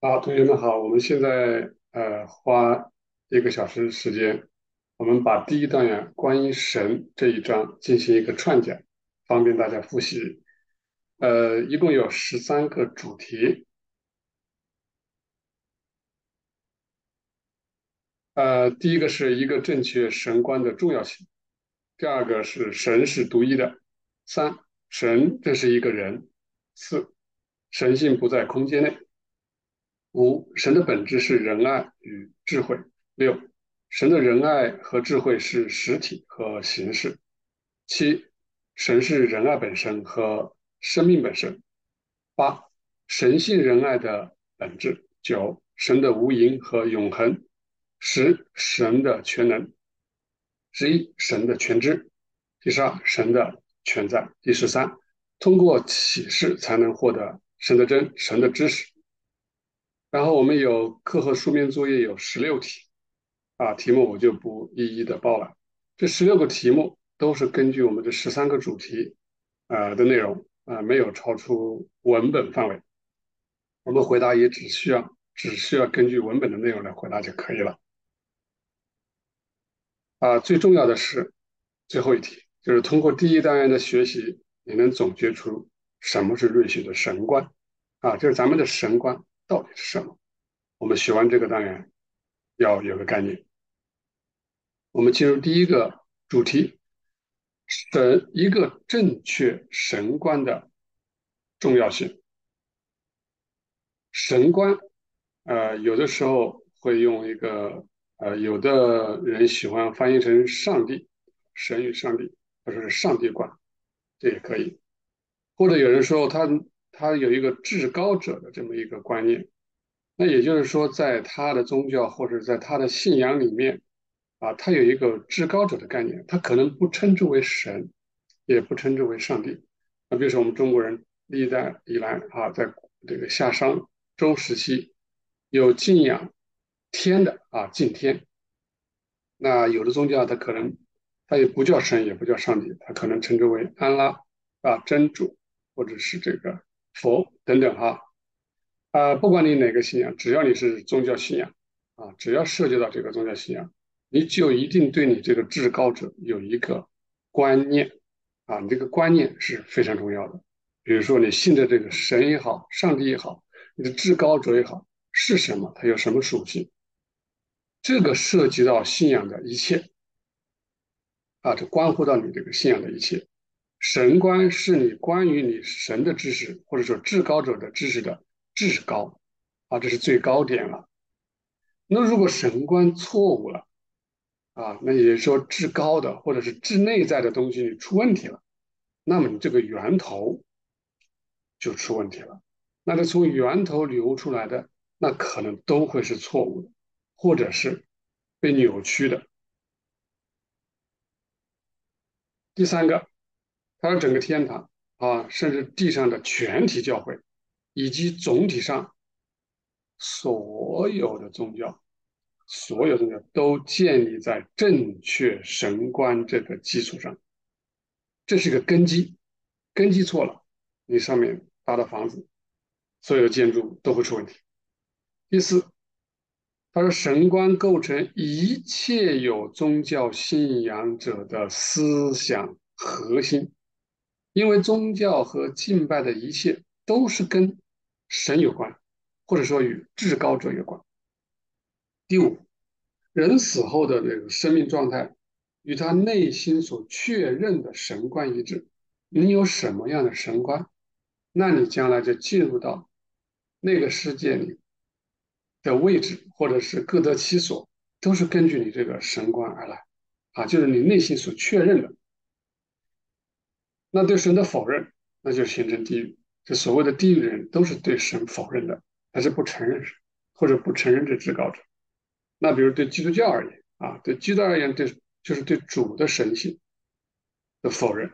好，同学们好，我们现在花1个小时时间，我们把第一单元关于神这一章进行一个串讲，方便大家复习。一共有13个主题。第一个是一个正确神观的重要性，第二个是神是独一的，三神这是一个人，四神性不在空间内。五，神的本质是仁爱与智慧。六，神的仁爱和智慧是实体和形式。七，神是仁爱本身和生命本身。八，神性仁爱的本质。九，神的无垠和永恒。十，神的全能。11，神的全知。第12，神的全在。第13，通过启示才能获得神的真、神的知识。然后我们有课后书面作业有16题，题目我就不一一的报了。这16个题目都是根据我们这13个主题的内容没有超出文本范围。我们回答也只需要根据文本的内容来回答就可以了。最重要的是最后一题，就是通过第一单元的学习，你能总结出什么是瑞雪的神观就是咱们的神观到底是什么？我们学完这个单元要有个概念。我们进入第一个主题，一个正确神观的重要性。神观，有的时候会用一个，有的人喜欢翻译成上帝，神与上帝，或者是上帝观，这也可以。或者有人说他有一个至高者的这么一个观念，那也就是说，在他的宗教或者在他的信仰里面，他有一个至高者的概念，他可能不称之为神，也不称之为上帝。比如说我们中国人历代以来在这个夏商周时期有敬仰天的敬天，那有的宗教它也不叫神，也不叫上帝，它可能称之为安拉真主，或者是这个佛等等不管你哪个信仰，只要你是宗教信仰只要涉及到这个宗教信仰，你就一定对你这个至高者有一个观念你这个观念是非常重要的。比如说你信的这个神也好，上帝也好，你的至高者也好，是什么？它有什么属性？这个涉及到信仰的一切这关乎到你这个信仰的一切。神观是你关于你神的知识，或者说至高者的知识的至高这是最高点了。那如果神观错误了那也就是说至高的或者是至内在的东西你出问题了，那么你这个源头就出问题了。那它从源头流出来的，那可能都会是错误的，或者是被扭曲的。第三个，它说整个天堂甚至地上的全体教会，以及总体上所有的宗教，所有宗教都建立在正确神观这个基础上，这是一个根基，根基错了，你上面搭的房子，所有的建筑都会出问题。第四，他说神观构成一切有宗教信仰者的思想核心，因为宗教和敬拜的一切都是跟神有关，或者说与至高者有关。第五，人死后的这个生命状态与他内心所确认的神观一致。你有什么样的神观，那你将来就进入到那个世界里的位置，或者是各得其所，都是根据你这个神观而来就是你内心所确认的。那对神的否认，那就形成地狱。这所谓的地狱的人，都是对神否认的，还是不承认神，或者不承认这至高者。那比如对基督教而言对基督教而言，就是对主的神性的否认，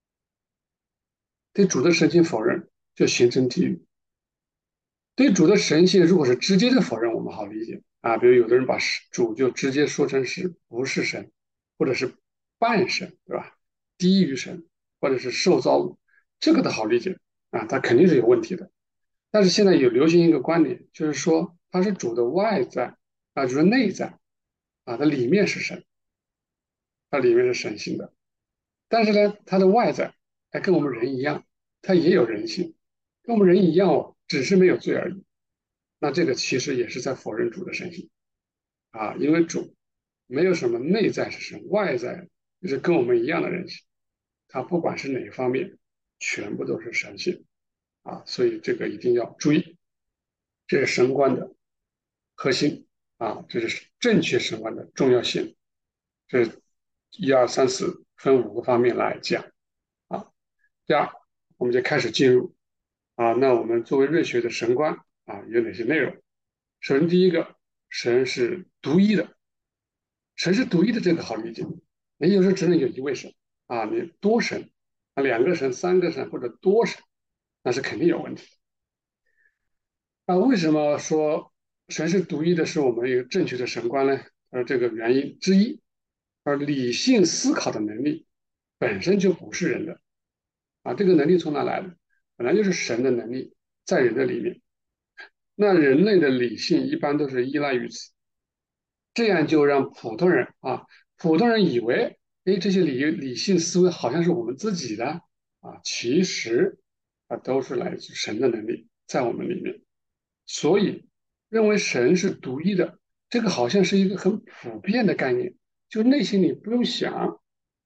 对主的神性否认，就形成地狱。对主的神性，如果是直接的否认，我们好理解比如有的人把主就直接说成是不是神，或者是半神，对吧？低于神，或者是受造物，这个的好理解他肯定是有问题的。 但是现在有流行一个观点，就是说它是主的外在就是内在它里面是神，它里面是神性的。但是呢，它的外在跟我们人一样，它也有人性，跟我们人一样哦，只是没有罪而已。那这个其实也是在否认主的神性因为主没有什么内在是神，外在就是跟我们一样的人性，它不管是哪方面，全部都是神性所以这个一定要注意，这是神观的核心这是正确神观的重要性。这一二三四分5个方面来讲啊。第二，我们就开始进入那我们作为瑞学的神观有哪些内容？首先第一个，神是独一的，神是独一的这个好理解，你有时候只能有一位神你多神2个神、3个神或者多神，那是肯定有问题的。为什么说神是独一的，是我们一个正确的神观呢？这个原因之一，理性思考的能力本身就不是人的这个能力从哪来的？本来就是神的能力在人的里面。那人类的理性一般都是依赖于此，这样就让普通人以为，这些理性思维好像是我们自己的其实都是来自神的能力在我们里面。所以认为神是独一的，这个好像是一个很普遍的概念，就内心里不用想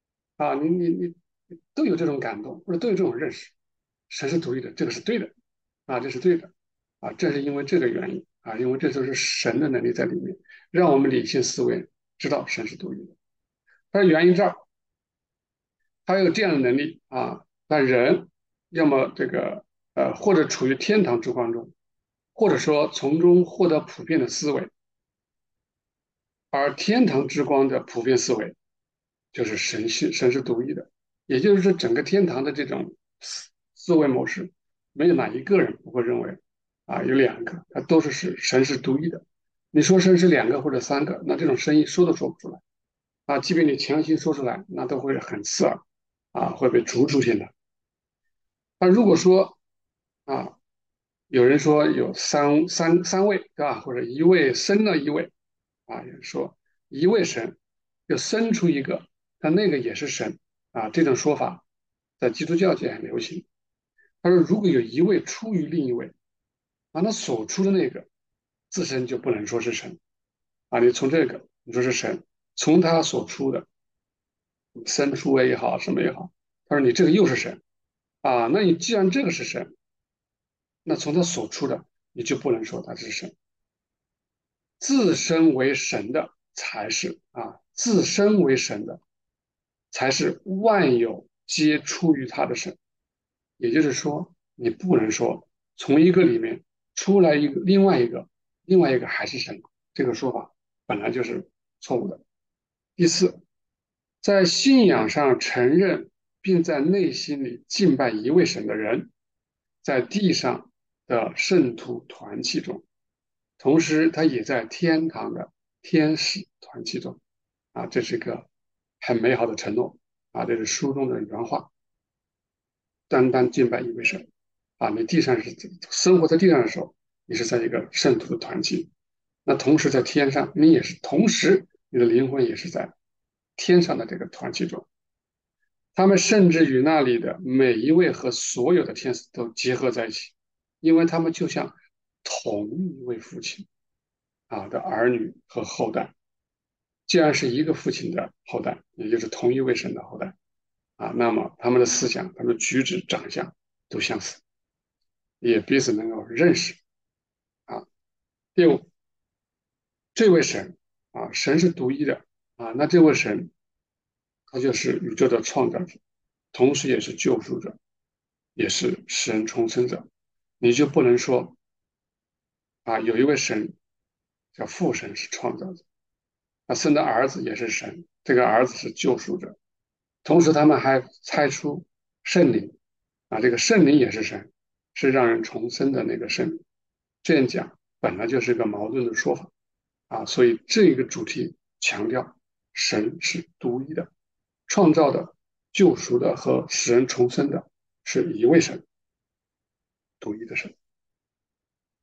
你都有这种感动或者都有这种认识，神是独一的，这个是对的这是对的正是因为这个原因因为这就是神的能力在里面，让我们理性思维知道神是独一的。它的原因这儿，他有这样的能力那人要么这个或者处于天堂之光中，或者说从中获得普遍的思维，而天堂之光的普遍思维就是神是独一的，也就是说整个天堂的这种思维模式，没有哪一个人不会认为有2个，它都是神是独一的。你说神是2个或者3个，那这种声音说都说不出来即便你强行说出来，那都会很刺耳会被逐出天堂。那如果说啊，有人说有三位，对吧？或者一位生了一位有人说一位神又生出一个，那个也是神这种说法在基督教界很流行。他说，如果有一位出于另一位那所出的那个自身就不能说是神你从这个你说是神，从他所出的生出位也好，什么也好，他说你这个又是神那你既然这个是神，那从他所出的你就不能说他是神。自身为神的才是自身为神的才是万有皆出于他的神。也就是说，你不能说从一个里面出来一个另外一个，另外一个还是神，这个说法本来就是错误的。第四，在信仰上承认并在内心里敬拜一位神的人，在地上的圣徒团契中。同时，他也在天堂的天使团契中这是一个很美好的承诺这是书中的原话。单单敬拜一位神你地上是生活在地上的时候，你是在一个圣徒的团契，那同时在天上，你也是同时你的灵魂也是在天上的这个团契中。他们甚至与那里的每一位和所有的天使都结合在一起，因为他们就像同一位父亲的儿女和后代。既然是一个父亲的后代，也就是同一位神的后代那么他们的思想、他们的举止、长相都相似，也彼此能够认识啊。第五，这位神神是独一的那这位神他就是宇宙的创造者，同时也是救赎者，也是使人重生者。你就不能说有一位神叫父神是创造者，生的儿子也是神，这个儿子是救赎者，同时他们还猜出圣灵这个圣灵也是神，是让人重生的那个圣灵。这样讲本来就是一个矛盾的说法所以这个主题强调神是独一的，创造的、救赎的和使人重生的是一位神，独一的神。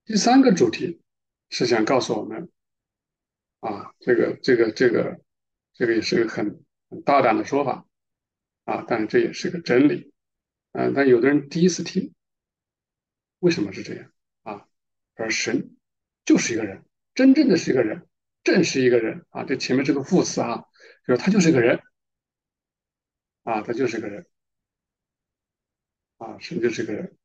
第三个主题是想告诉我们这个也是个很大胆的说法但是这也是个真理但有的人第一次听，为什么是这样啊？而神就是一个人，真正的是一个人，正是一个人这前面这个副词就是他就是一个人他就是一个人神就是一个人。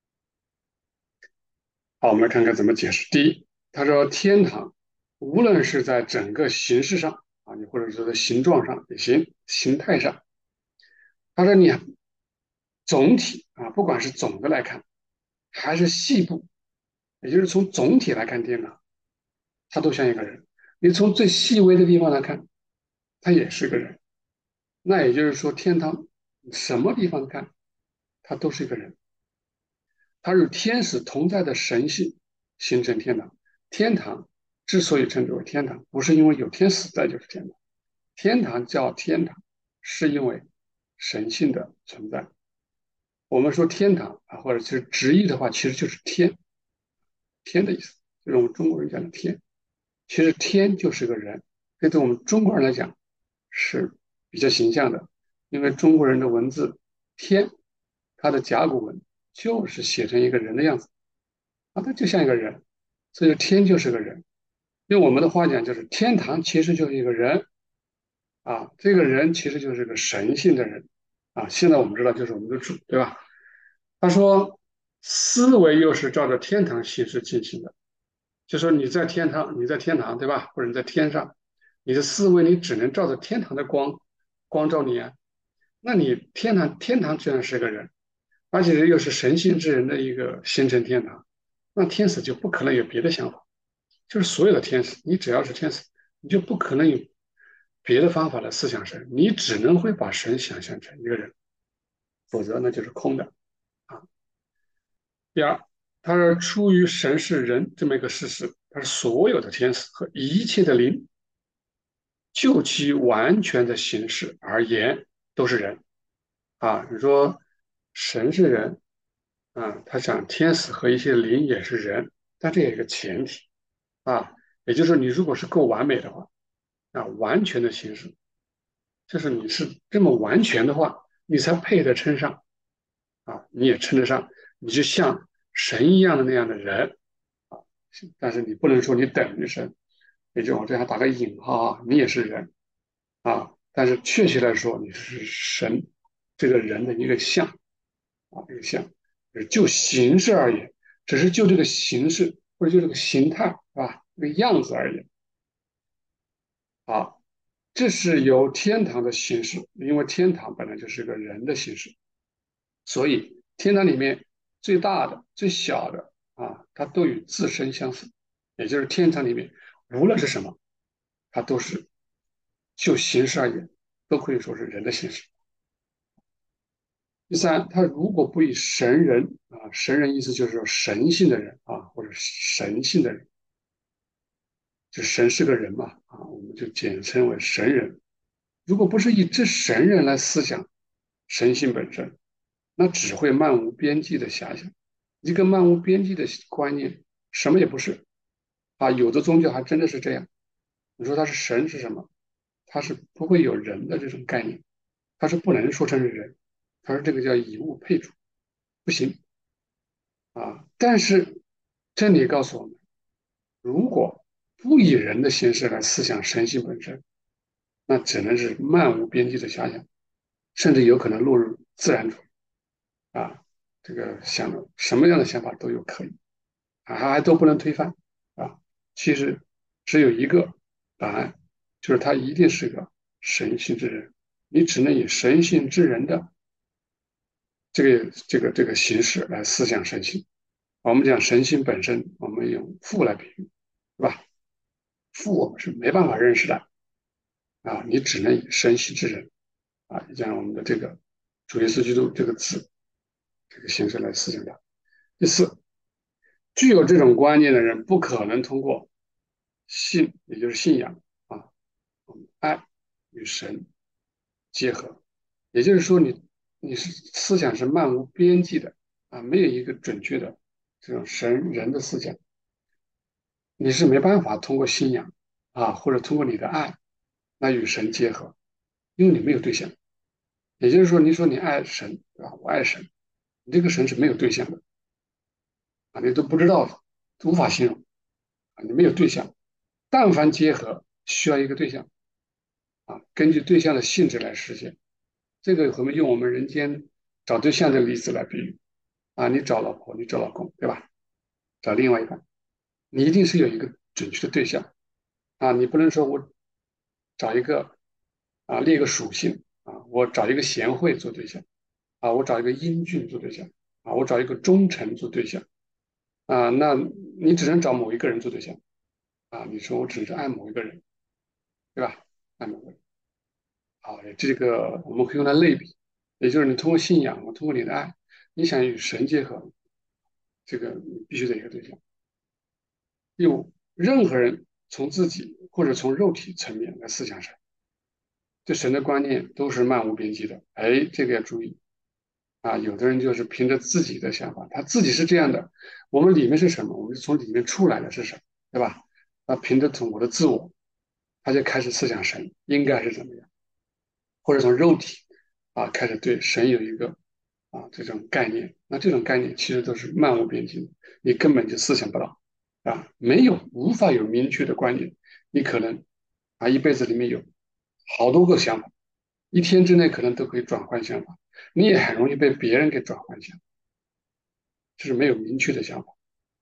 好，我们来看看怎么解释。第一，他说天堂无论是在整个形式上你或者说在形状上也行，形态上，他说你总体不管是总的来看，还是细部，也就是从总体来看天堂，他都像一个人。你从最细微的地方来看，他也是个人。那也就是说，天堂什么地方看，他都是一个人。他与天使同在的神性形成天堂。天堂之所以称之为天堂，不是因为有天使在就是天堂。天堂叫天堂，是因为神性的存在。我们说天堂或者是直译的话，其实就是天，天的意思，就是我们中国人讲的天。其实天就是个人，这对我们中国人来讲是比较形象的，因为中国人的文字"天"，它的甲骨文就是写成一个人的样子它就像一个人，所以天就是个人。用我们的话讲，就是天堂其实就是一个人这个人其实就是个神性的人现在我们知道就是我们的主，对吧？他说，思维又是照着天堂形式进行的。就说你在天堂对吧？或者你在天上，你的思维你只能照着天堂的光照你那你天堂虽然是个人，而且又是神性之人的一个形成天堂，那天使就不可能有别的想法。就是所有的天使，你只要是天使，你就不可能有别的方法来思想神，你只能会把神想象成一个人，否则那就是空的啊。第二，他是出于神是人这么一个事实，他是所有的天使和一切的灵，就其完全的形式而言，都是人你说神是人他讲天使和一些灵也是人，但这有一个前提啊，也就是说，你如果是够完美的话完全的形式，就是你是这么完全的话，你才配得称上你也称得上，你就像神一样的那样的人啊，但是你不能说你等于神，也就我这样打个引号你也是人但是确切来说，你是神这个人的一个像一个像，就形式而言，只是就这个形式或者就这个形态这个样子而言这是由天堂的形式，因为天堂本来就是个人的形式，所以天堂里面最大的、最小的它都与自身相似，也就是天堂里面无论是什么，它都是就形式而言，都可以说是人的形式。第三，他如果不以神人神人意思就是说神性的人或者神性的人，就神是个人嘛我们就简称为神人。如果不是以这神人来思想神性本身，那只会漫无边际的遐想，一个漫无边际的观念，什么也不是有的宗教还真的是这样。你说他是神是什么？他是不会有人的这种概念，他是不能说成是人，他说这个叫以物配主，不行但是真理告诉我们，如果不以人的形式来思想神性本身，那只能是漫无边际的遐想，甚至有可能落入自然主义这个想什么样的想法都有可以还都不能推翻其实只有一个答案，就是他一定是个神性之人，你只能以神性之人的这个形式来思想神性。我们讲神性本身，我们用父来比喻，是吧？父我们是没办法认识的你只能以神性之人像我们的这个主耶稣基督这个字这个形式来思想它。第四，具有这种观念的人，不可能通过信，也就是信仰爱与神结合。也就是说你是思想是漫无边际的没有一个准确的这种神人的思想， 你是没办法通过信仰或者通过你的爱来与神结合，因为你没有对象。也就是说，你说你爱神，对吧？我爱神，你这个神是没有对象的你都不知道，无法形容你没有对象。但凡结合，需要一个对象根据对象的性质来实现。这个我们用我们人间找对象的例子来比喻你找老婆，你找老公，对吧？找另外一半，你一定是有一个准确的对象你不能说我找一个列个属性我找一个贤惠做对象我找一个英俊做对象我找一个忠臣做对象那你只能找某一个人做对象你说我只是爱某一个人，对吧？爱某个人，好，这个我们可以用来类比，也就是你通过信仰，我通过你的爱，你想与神结合，这个你必须得一个对象。有任何人从自己或者从肉体层面来思想神，对神的观念都是漫无边际的。哎，这个要注意有的人就是凭着自己的想法，他自己是这样的，我们里面是什么？我们是从里面出来的是什么，对吧？凭着从我的自我，他就开始思想神应该是怎么样，或者从肉体开始对神有一个这种概念。那这种概念其实都是漫无边际的，你根本就思想不到没有无法有明确的观念，你可能一辈子里面有好多个想法，一天之内可能都可以转换想法，你也很容易被别人给转换想法，就是没有明确的想法。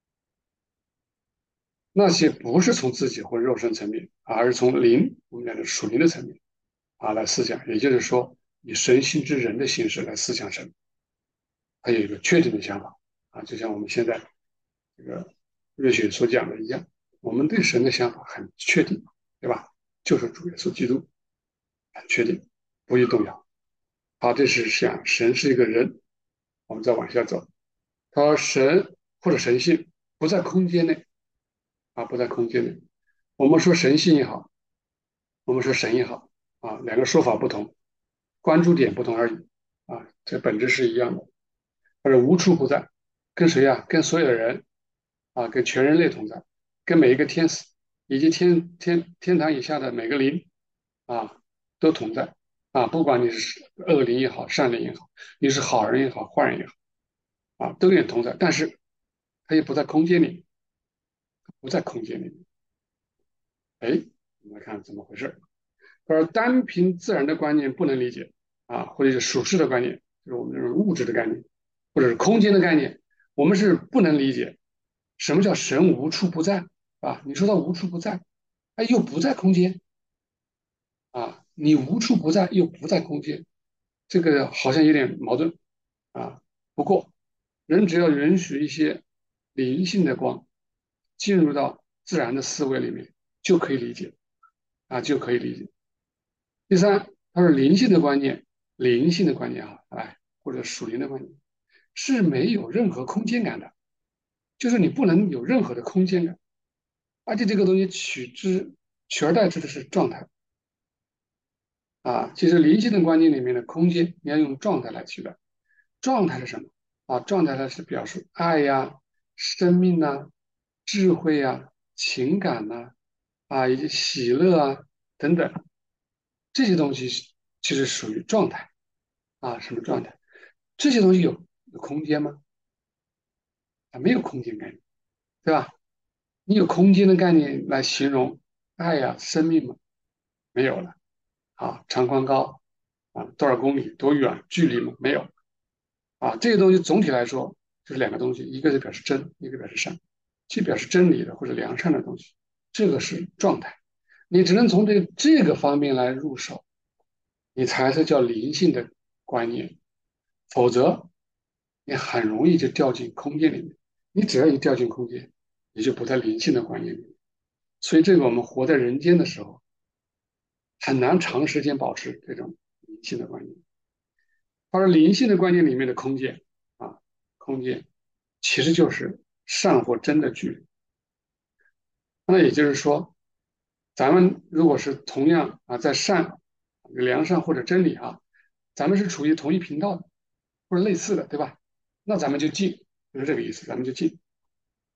那些不是从自己或肉身层面而是从灵，我们讲的属灵的层面来思想，也就是说以神性之人的形式来思想神，他有一个确定的想法就像我们现在这个热血所讲的一样，我们对神的想法很确定，对吧？就是主耶稣基督，很确定，不易动摇。好，这是想神是一个人，我们再往下走。他说神或者神性不在空间内不在空间内。我们说神性也好，我们说神也好两个说法不同，关注点不同而已这本质是一样的。他说无处不在，跟谁跟所有的人跟全人类同在，跟每一个天使以及天堂以下的每个灵啊都同在不管你是恶灵也好，善灵也好，你是好人也好，坏人也好都跟你同在，但是它也不在空间里，不在空间里。哎，我们来看怎么回事。而单凭自然的观念不能理解或者是属世的观念，就是我们这种物质的概念，或者是空间的概念，我们是不能理解什么叫神无处不在你说他无处不在，又不在空间你无处不在又不在空间，这个好像有点矛盾啊。不过，人只要允许一些灵性的光进入到自然的思维里面，就可以理解就可以理解。第三，他说灵性的观念，灵性的观念或者属灵的观念是没有任何空间感的，就是你不能有任何的空间感，而且这个东西取而代之的是状态其实灵性的观念里面的空间，你要用状态来取代。状态是什么状态它是表示爱呀、生命呐、智慧呀、情感呐以及喜乐等等这些东西其实属于状态什么状态？这些东西有空间吗？没有空间概念，对吧？你有空间的概念来形容爱呀、生命吗？没有了长宽高多少公里、多远距离吗？没有这些东西总体来说就是两个东西，一个是表示真，一个表示善，既表示真理的或者良善的东西，这个是状态。你只能从这个方面来入手，你才是叫灵性的观念，否则你很容易就掉进空间里面。你只要一掉进空间，你就不在灵性的观念里面。所以这个我们活在人间的时候，很难长时间保持这种灵性的观念。而灵性的观念里面的空间空间其实就是善或真的距离。那也就是说，咱们如果是同样在良善或者真理咱们是处于同一频道的，或者类似的，对吧？那咱们就近，就是这个意思，咱们就近。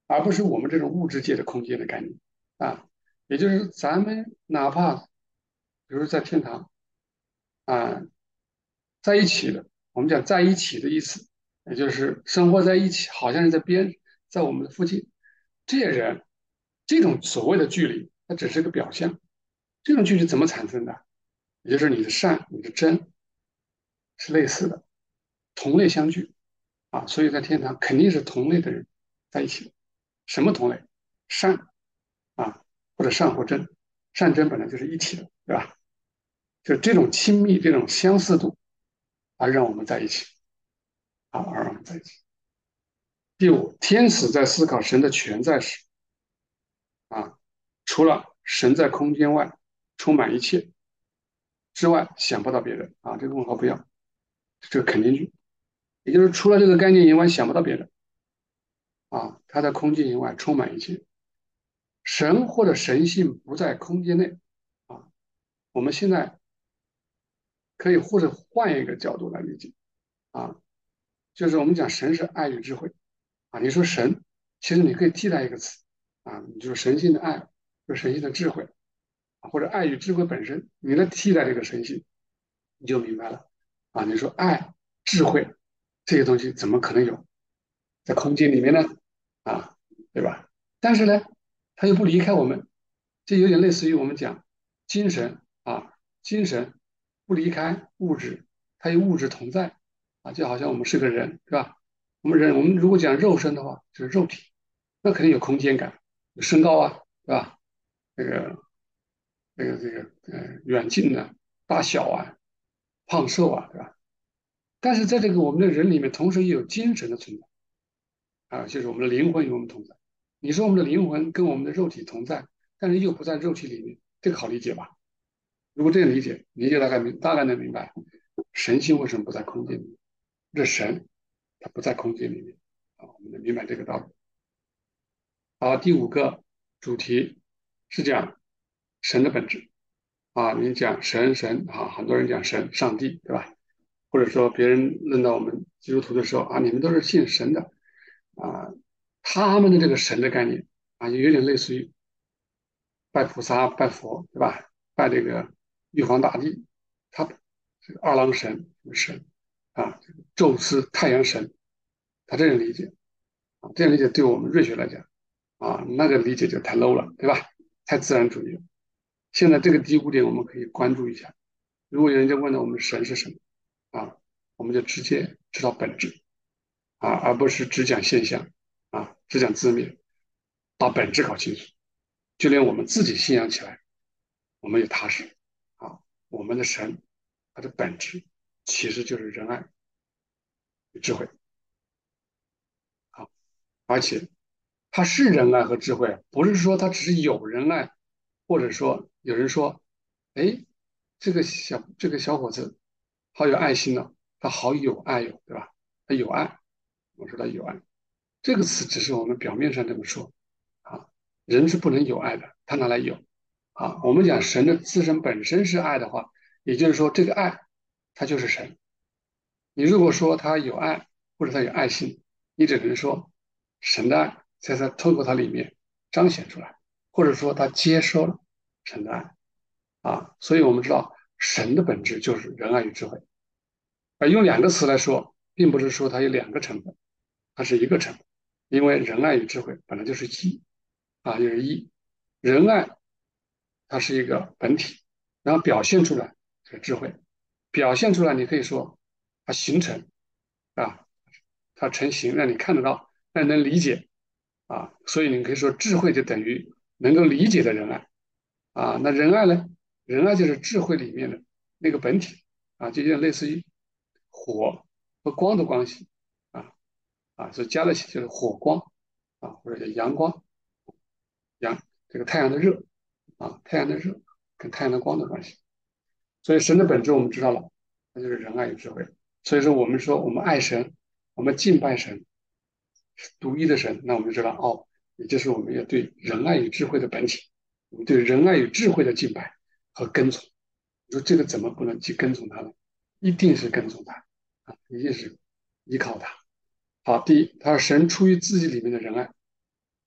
而不是我们这种物质界的空间的概念啊。也就是咱们哪怕比如在天堂啊在一起的，我们讲在一起的意思，也就是生活在一起，好像是在我们的附近。这些人，这种所谓的距离，它只是个表象。这种距离怎么产生的？也就是你的善、你的真是类似的，同类相聚啊。所以在天堂肯定是同类的人在一起的。什么同类？善啊，或者善或真，善真本来就是一体的，对吧？就这种亲密、这种相似度，而让我们在一起啊，而让我们在一起。第五，天使在思考神的全在时啊，除了神在空间外充满一切之外，想不到别人啊。这个问号不要，这个肯定句，也就是除了这个概念以外，想不到别人啊。他在空间以外充满一切，神或者神性不在空间内啊。我们现在可以或者换一个角度来理解啊，就是我们讲神是爱与智慧啊。你说神，其实你可以替代一个词啊，你就是神性的爱，就是神性的智慧。或者爱与智慧本身，你来替代这个神性，你就明白了啊。你说爱、智慧这些东西怎么可能有在空间里面呢？啊，对吧？但是呢，它又不离开我们，这有点类似于我们讲精神啊，精神不离开物质，它与物质同在啊，就好像我们是个人，是吧？我们人，我们如果讲肉身的话，就是肉体，那肯定有空间感，有身高啊，对吧？这个远近的大小啊、胖瘦啊，对吧？但是在这个我们的人里面，同时也有精神的存在啊，就是我们的灵魂与我们同在。你说我们的灵魂跟我们的肉体同在，但是又不在肉体里面，这个好理解吧？如果这样理解，理解大概能明白神性为什么不在空间里面。这神它不在空间里面啊，我们能明白这个道理。好，第五个主题是讲神的本质。啊，你讲神啊，很多人讲神、上帝，对吧？或者说别人论到我们基督徒的时候啊，你们都是信神的啊，他们的这个神的概念啊，就有点类似于拜菩萨、拜佛，对吧？拜这个玉皇大帝，他这个二郎神啊，这个宙斯太阳神，他这样理解啊，这样理解对我们瑞学来讲啊，那个理解就太 low 了，对吧？太自然主义了。现在这个低谷点我们可以关注一下。如果有人家问到我们神是什么啊，我们就直接知道本质啊，而不是只讲现象啊，只讲字面，把本质搞清楚。就连我们自己信仰起来，我们也踏实啊。我们的神，它的本质其实就是仁爱与智慧啊，而且它是仁爱和智慧，不是说它只是有仁爱，或者说有人说，哎，这个小伙子好有爱心呢、他好有爱哟，对吧？他有爱，我说他有爱，这个词只是我们表面上这么说啊，人是不能有爱的，他哪来有啊？我们讲神的自身本身是爱的话，也就是说这个爱它就是神。你如果说他有爱或者他有爱心，你只能说神的爱在他透过他里面彰显出来，或者说他接受了神的爱啊。所以我们知道神的本质就是仁爱与智慧。而用两个词来说，并不是说它有两个成分，它是一个成分，因为仁爱与智慧本来就是一啊，就是一。仁爱它是一个本体，然后表现出来是智慧，表现出来你可以说它形成啊，它成型，让你看得到，让你能理解啊，所以你可以说智慧就等于能够理解的仁爱啊。那仁爱呢？仁爱就是智慧里面的那个本体啊，就有点类似于火和光的关系啊所以加在一起就是火光啊，或者叫阳光，这个太阳的热啊，太阳的热跟太阳的光的关系。所以神的本质我们知道了，那就是仁爱与智慧。所以说我们爱神，我们敬拜神，是独一的神，那我们就知道哦，也就是我们要对仁爱与智慧的本体，我们对仁爱与智慧的敬拜和跟从。你说这个怎么不能去跟从他呢？一定是跟从他啊，一定是依靠他。好，第一，他说神出于自己里面的仁爱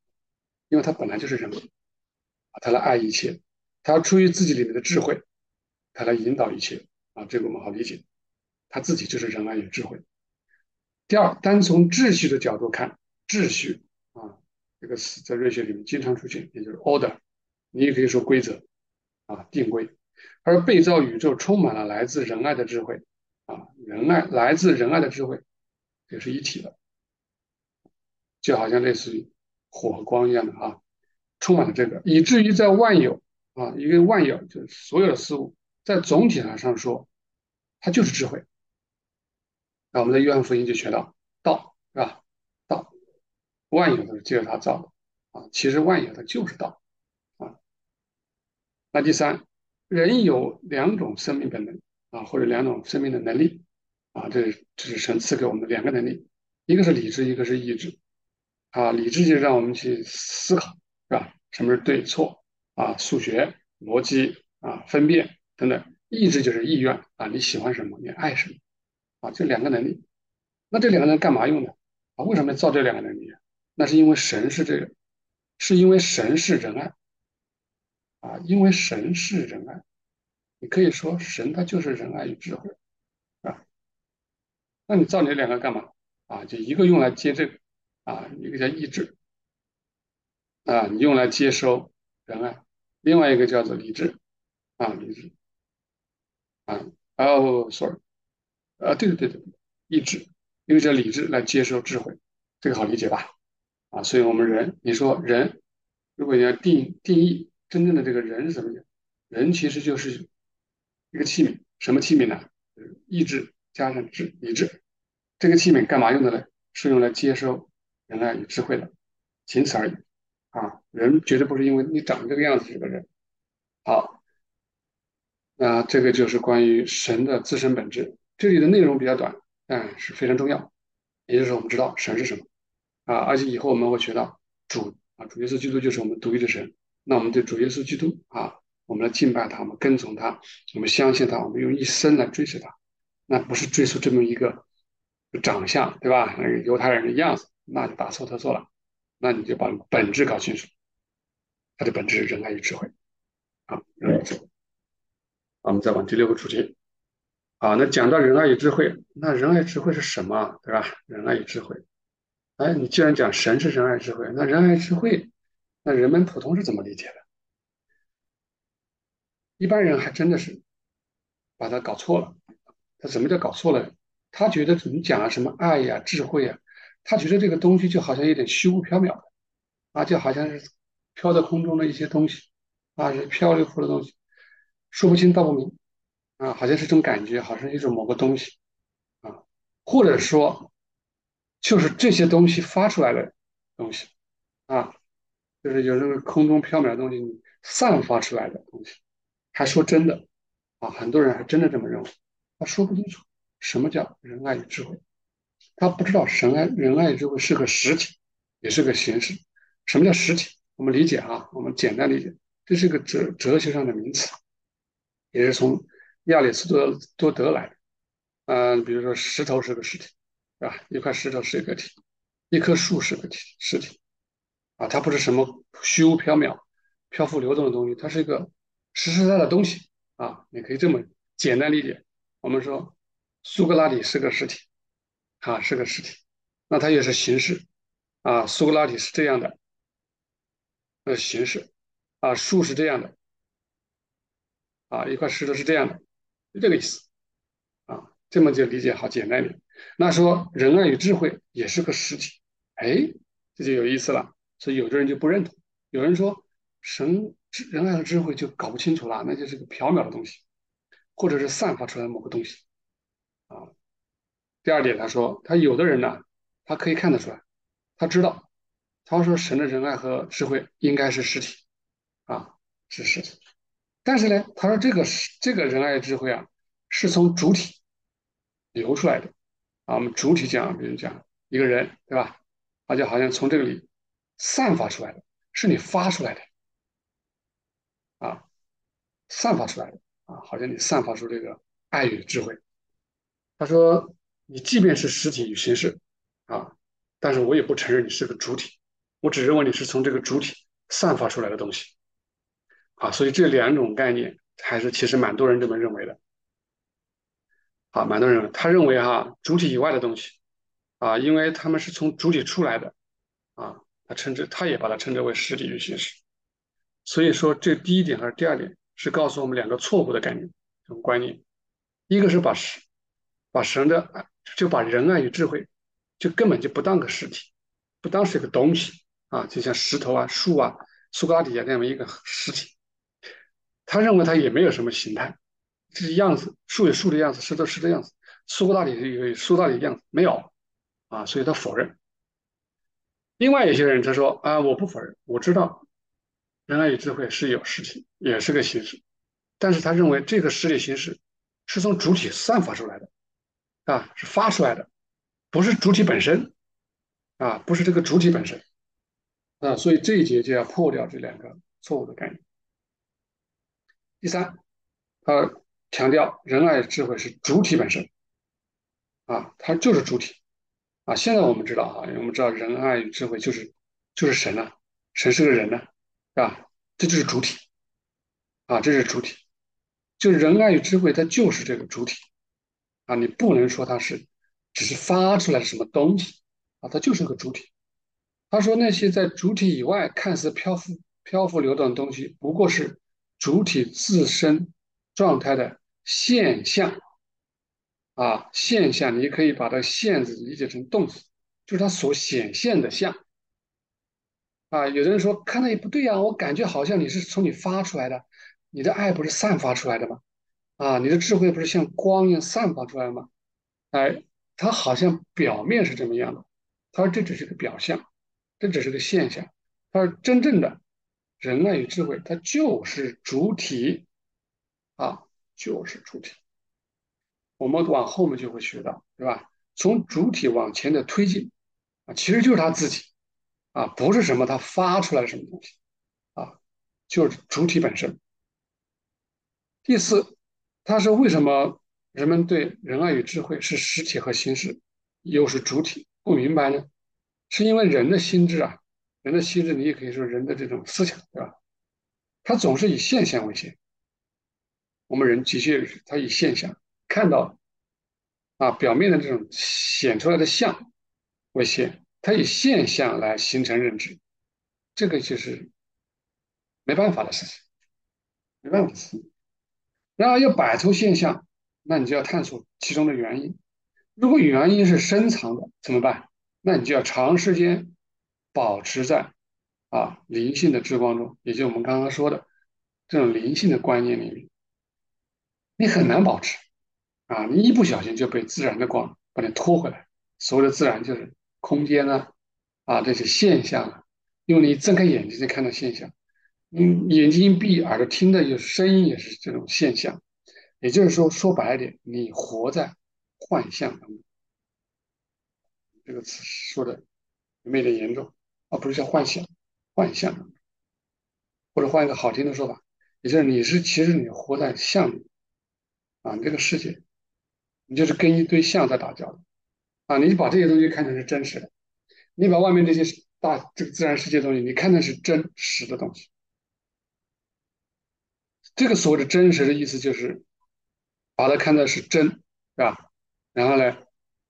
因为他本来就是人他来爱一切，他出于自己里面的智慧，他来引导一切这个我们好理解，他自己就是仁爱与智慧。第二，单从秩序的角度看，秩序啊这个词在瑞学里面经常出现，也就是 order，你也可以说规则定规，而被造宇宙充满了来自仁爱的智慧仁爱来自仁爱的智慧也是一体的，就好像类似于火和光一样的充满了这个，以至于在万有一个万有就是所有的事物，在总体上说，它就是智慧。那我们在约翰福音就学到道是吧？道万有都是借着它造的其实万有它就是道啊。那第三，人有两种生命本能或者两种生命的能力这是神赐给我们的两个能力，一个是理智，一个是意志理智就让我们去思考，是吧？什么是对错数学、逻辑分辨等等。意志就是意愿你喜欢什么，你爱什么这两个能力。那这两个能干嘛用的为什么要造这两个能力那是因为神是这个，是因为神是仁爱因为神是仁爱，你可以说神他就是仁爱与智慧啊。那你造这两个干嘛就一个用来接这个一个叫意志你用来接收仁爱，另外一个叫做理智理智啊sorry 对，意志，一个叫理智来接收智慧，这个好理解吧所以我们人，你说人，如果你要定义真正的这个人是什么人其实就是一个器皿，什么器皿呢？就是意志加上理智，这个器皿干嘛用的呢？是用来接收仁爱与智慧的，仅此而已人绝对不是因为你长这个样子是个人。好，那这个就是关于神的自身本质。这里的内容比较短，但是非常重要。也就是说，我们知道神是什么而且以后我们会学到主耶稣基督就是我们独一的神。那我们对主耶稣基督我们来敬拜他，我们跟从他，我们相信他，我们用一生来追随他。那不是追溯这么一个长相，对吧？那个犹太人的样子，那就大错特错了。那你就把本质搞清楚，它的本质是仁爱与智慧仁爱与智慧。我们再往第六个主题那讲到仁爱与智慧，那仁爱智慧是什么，对吧？仁爱与智慧，哎，你既然讲神是仁爱智慧，那仁爱智慧，那人们普通是怎么理解的？一般人还真的是把它搞错了。他什么叫搞错了？他觉得你讲了什么爱呀、智慧呀，他觉得这个东西就好像有点虚无缥缈的就好像是飘在空中的一些东西是飘流浮的东西，说不清道不明好像是这种感觉，好像是一种某个东西或者说就是这些东西发出来的东西啊，就是有这个空中缥缈的东西散发出来的东西，还说真的很多人还真的这么认为，他说不清楚什么叫仁爱与智慧，他不知道仁爱与智慧是个实体，也是个形式。什么叫实体？我们理解我们简单理解，这是个哲学上的名词，也是从亚里士多德来的。比如说石头是个实体，是吧？一块石头是一个体，一棵树是个实体它不是什么虚无缥缈、漂浮流动的东西，它是一个实实在在的东西你可以这么简单理解。我们说苏格拉底是个实体是个实体，那它也是形式苏格拉底是这样的形式树是这样的一块石头是这样的，就这个意思这么就理解好简单一点。那说仁爱与智慧也是个实体，哎，这就有意思了。所以有的人就不认同，有人说仁爱和智慧就搞不清楚了，那就是个缥缈的东西，或者是散发出来的某个东西啊。第二点，他说他有的人呢，他可以看得出来，他知道，他说神的仁爱和智慧应该是实体啊，是实体。但是呢，他说这个仁爱智慧是从主体流出来的我们主体讲，比如讲一个人，对吧？就好像从这个里散发出来的，是你发出来的啊，散发出来的好像你散发出这个爱与智慧。他说，你即便是实体与形式但是我也不承认你是个主体我只认为你是从这个主体散发出来的东西啊。所以这两种概念还是其实蛮多人这么认为的啊，蛮多人认为他认为主体以外的东西啊，因为他们是从主体出来的啊，他也把它称之为实体与形式。所以说，这第一点和第二点是告诉我们两个错误的概念，这种观念。一个是把神的爱，就把仁爱与智慧，就根本就不当个实体，不当是一个东西啊，就像石头啊、树啊、苏格拉底啊这样一个实体。他认为它也没有什么形态，这是样子，树有树的样子，石头石的样子，苏格拉底有苏格拉底的样子，没有啊，所以他否认。另外一些人他说啊，我不否认，我知道仁爱与智慧是有实体，也是个形式，但是他认为这个实体形式是从主体散发出来的啊，是发出来的，不是主体本身啊，不是这个主体本身啊，所以这一节就要破掉这两个错误的概念。第三，他强调仁爱与智慧是主体本身啊，它就是主体啊。现在我们知道我们知道仁爱与智慧就是神啊，神是个人呢啊，这就是主体啊，这是主体，就是仁爱与智慧，它就是这个主体啊，你不能说它是只是发出来的什么东西啊，它就是个主体。他说那些在主体以外看似漂浮流动的东西，不过是主体自身状态的现象啊，现象你可以把它现字理解成动词，就是它所显现的像啊。有的人说看到也不对呀，我感觉好像你是从你发出来的，你的爱不是散发出来的吗？啊，你的智慧不是像光一样散发出来吗？哎，它好像表面是这么样的，他说这只是个表象，这只是个现象。他说真正的仁爱与智慧，它就是主体啊，就是主体。我们往后面就会学到，对吧？从主体往前的推进啊，其实就是他自己啊，不是什么他发出来的什么东西啊，就是主体本身。第四，他是为什么人们对仁爱与智慧是实体和形式，又是主体不明白呢？是因为人的心智啊，人的心智，你也可以说人的这种思想，对吧？他总是以现象为先。我们人的确是他以现象看到啊表面的这种显出来的像为先，他以现象来形成认知，这个就是没办法的事情，没办法的事情。然而要摆脱现象，那你就要探索其中的原因。如果原因是深藏的，怎么办？那你就要长时间保持在灵性的之光中，也就是我们刚刚说的这种灵性的观念里面，你很难保持啊，你一不小心就被自然的光把你拖回来。所谓的自然就是空间这些现象啊，因为你睁开眼睛就看到现象，你眼睛一闭，耳朵听的有声音也是这种现象。也就是说，说白一点，你活在幻象当中。这个词说的有没有点严重啊？不是叫幻想，幻象，或者换一个好听的说法，也就是其实你活在象里啊，你这个世界，你就是跟一堆象在打交道啊。你把这些东西看成是真实的，你把外面这些这个自然世界的东西，你看成是真实的东西。这个所谓的真实的意思就是把它看作是真，是吧？然后呢，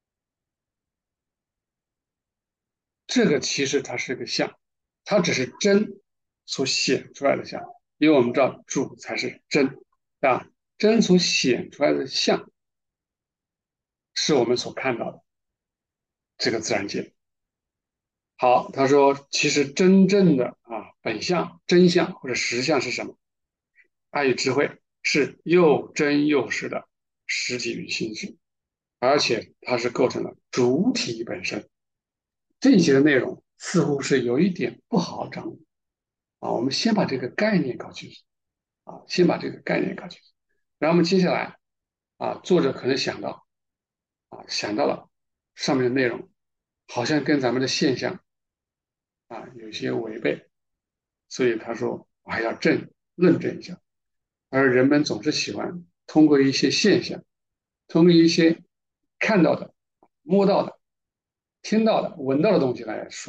这个其实它是个相，它只是真所显出来的相，因为我们知道主才是真啊，真所显出来的相是我们所看到的这个自然界。好，他说其实真正的本相、真相或者实相是什么？爱与智慧是又真又实的实体与形式，而且它是构成了主体本身。这一节的内容似乎是有一点不好掌握我们先把这个概念搞清楚先把这个概念搞清楚，然后我们接下来作者可能想到了上面的内容，好像跟咱们的现象有一些违背，所以他说我还要论证一下。而人们总是喜欢通过一些现象，通过一些看到的、摸到的、听到的、闻到的东西来说，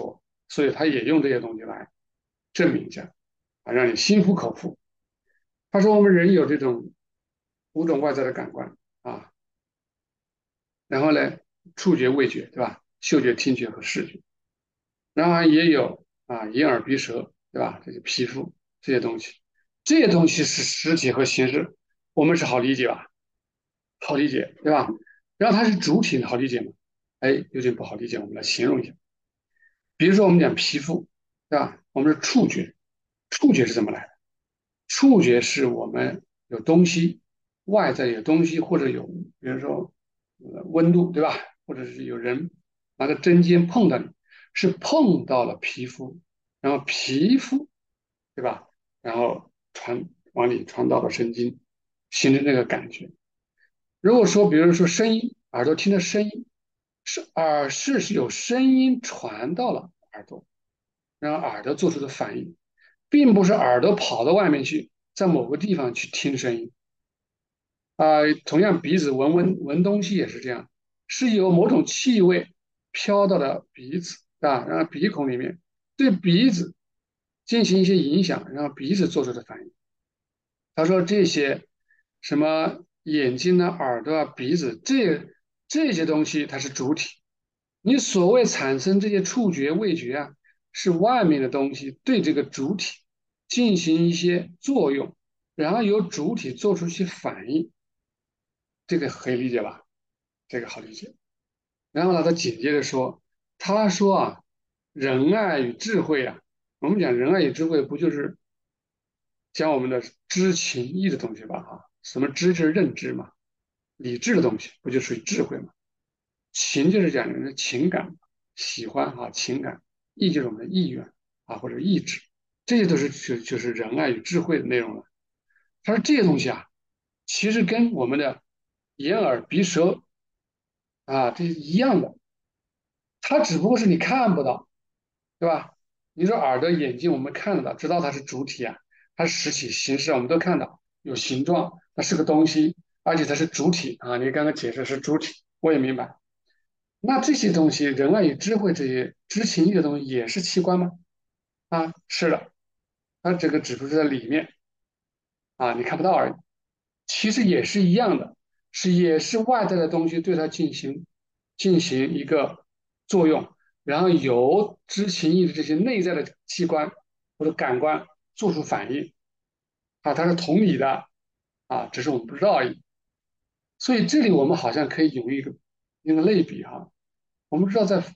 所以他也用这些东西来证明一下，啊，让你心服口服。他说我们人有这种5种外在的感官啊，然后呢，触觉、味觉，对吧？嗅觉、听觉和视觉，然后也有眼、耳、鼻、舌，对吧？这些皮肤这些东西，这些东西是实体和形式，我们是好理解吧？好理解，对吧？然后它是主体，好理解吗？哎，有点不好理解，我们来形容一下。比如说我们讲皮肤，对吧？我们是触觉，触觉是怎么来的？触觉是我们有东西，外在有东西，或者有，比如说温度，对吧？或者是有人拿个针尖碰到你，是碰到了皮肤，然后皮肤，对吧？然后往里传导到神经，形成这个感觉。如果说，比如说声音，耳朵听的声音，是有声音传到了耳朵，让耳朵做出的反应，并不是耳朵跑到外面去，在某个地方去听声音同样鼻子闻东西也是这样，是有某种气味飘到了鼻子然后鼻孔里面对鼻子进行一些影响，然后鼻子做出的反应。他说这些什么眼睛啊、耳朵啊、鼻子这些东西它是主体，你所谓产生这些触觉、味觉是外面的东西对这个主体进行一些作用，然后由主体做出一些反应，这个可以理解吧？这个好理解。然后呢，他紧接着说，他说仁爱与智慧我们讲仁爱与智慧，不就是讲我们的知情意的东西吧？什么知就是认知嘛，理智的东西不就属于智慧嘛？情就是讲人的情感，喜欢情感，意就是我们的意愿或者意志，这些都是就是仁爱与智慧的内容了。他说这些东西其实跟我们的眼耳鼻舌这是一样的，它只不过是你看不到，对吧？你说耳朵、眼睛我们看得到，知道它是主体它是实体、形式我们都看到，有形状，它是个东西，而且它是主体你刚刚解释是主体，我也明白。那这些东西，仁爱与智慧这些知情意的东西也是器官吗？是的，它这个只不过是在里面你看不到而已。其实也是一样的，也是外在的东西对它进行一个作用，然后由知情意的这些内在的器官或者感官做出反应它是同理的只是我们不知道而已。所以这里我们好像可以有一个类比我们知道在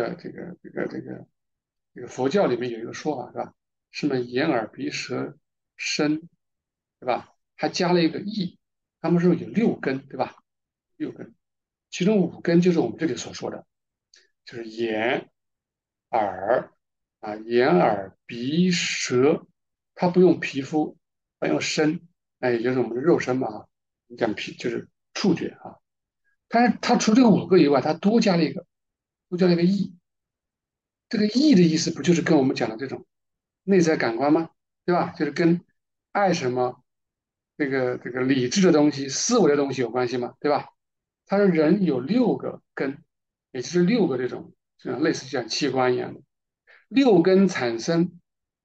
这个佛教里面有一个说法是吧？什么眼耳鼻舌身，对吧？还加了一个意，他们说有6根，对吧？6根，其中5根就是我们这里所说的，就是耳眼耳鼻舌，它不用皮肤，它用身，也就是我们的肉身嘛你讲皮就是触觉但是它除这个5个以外，它多加了一个意。这个意的意思不就是跟我们讲的这种内在感官吗？对吧？就是跟爱什么这个理智的东西、思维的东西有关系吗？对吧？他说人有6个根，也就是6个这种像类似像器官一样的6根产生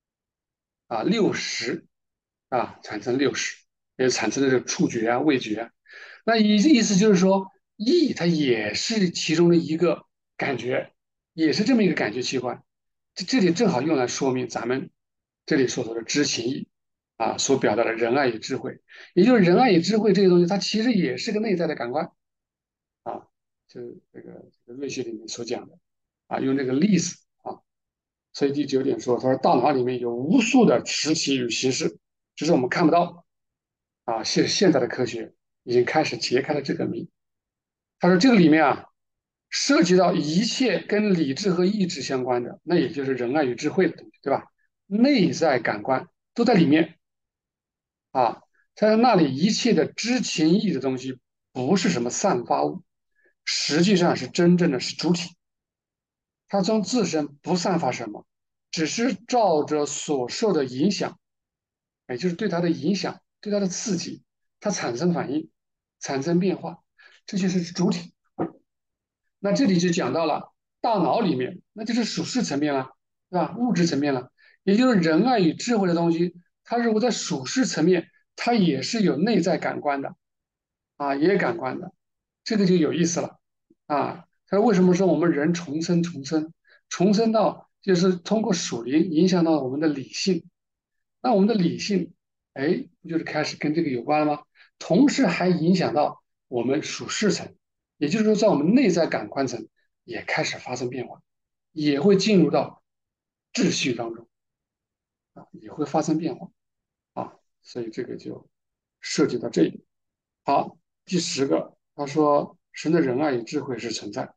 60产生60，也产生的这个触觉味觉那意思就是说，意它也是其中的一个感觉，也是这么一个感觉器官。这里正好用来说明咱们这里所说的知情意所表达的仁爱与智慧，也就是仁爱与智慧这些东西，它其实也是个内在的感官啊，就是这个瑞雪里面所讲的用这个例子所以第9点说，他说大脑里面有无数的实体与形式，只是我们看不到现在的科学已经开始揭开了这个谜。他说这个里面涉及到一切跟理智和意志相关的，那也就是仁爱与智慧的东西，对吧？内在感官都在里面啊。在那里一切的知情意的东西，不是什么散发物，实际上是真正的是主体。它从自身不散发什么，只是照着所受的影响，也就是对它的影响、对它的刺激，它产生反应、产生变化，这就是主体。那这里就讲到了大脑里面，那就是属识层面了。 对吧？物质层面了，也就是仁爱与智慧的东西，它如果在属世层面，它也是有内在感官的也有感官的，这个就有意思了他为什么说我们人重生到就是通过属灵影响到我们的理性？那我们的理性，哎，不就是开始跟这个有关了吗？同时还影响到我们属世层，也就是说，在我们内在感官层也开始发生变化，也会进入到秩序当中也会发生变化所以这个就涉及到这一点。好，第10个，他说神的仁爱与智慧是存在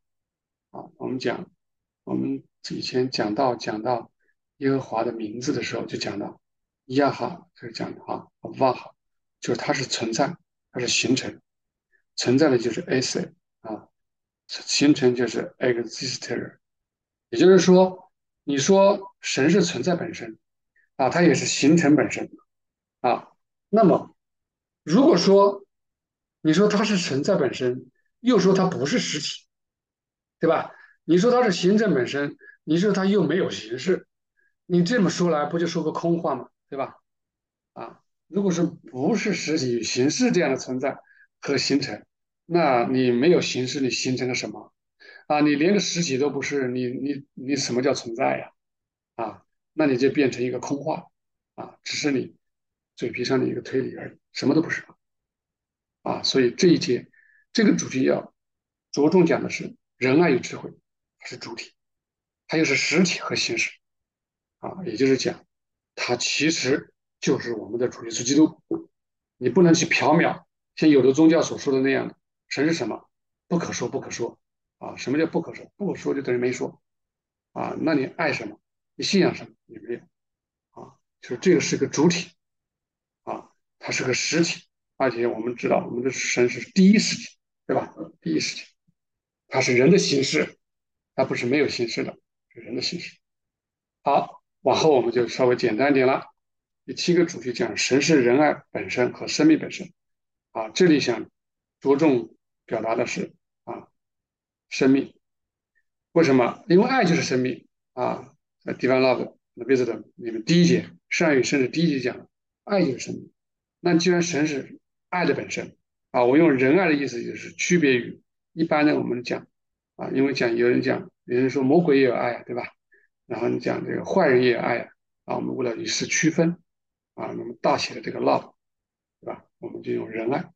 我们以前讲到耶和华的名字的时候，就讲到亚哈，就是讲瓦哈，就是它是存在，它是形成，存在的就是 esse 啊，形成就是 exister，也就是说，你说神是存在本身它也是形成本身啊。那么如果说你说它是存在本身，又说它不是实体，对吧？你说它是行政本身，你说它又没有形式，你这么说来不就说个空话吗？对吧？如果是不是实体与形式这样的存在和形成，那你没有形式，你形成了什么你连个实体都不是，你什么叫存在呀？那你就变成一个空话只是你嘴皮上的一个推理而已，什么都不是所以这一节这个主题要着重讲的是仁爱与智慧，它是主体，它又是实体和形式也就是讲，它其实就是我们的主耶稣基督。你不能去缥缈，像有的宗教所说的那样的，神是什么？不可说，不可说什么叫不可说？不可说就等于没说那你爱什么？你信仰什么？也没有就是这个是个主体它是个实体，而且我们知道我们的神是第一实体，对吧？第一实体，它是人的形式，它不是没有形式的，是人的形式。好，往后我们就稍微简单一点了。第7个主题讲神是仁爱本身和生命本身这里想着重表达的是生命。为什么？因为爱就是生命在 Divine Love 的 Wisdom 里面第一节善与生是第一节讲的，爱就是生命。那既然神是爱的本身我用仁爱的意思就是区别于一般的我们讲因为有人说魔鬼也有爱对吧？然后你讲这个坏人也有爱我们为了与世区分那么大写的这个 love 对吧？我们就用仁爱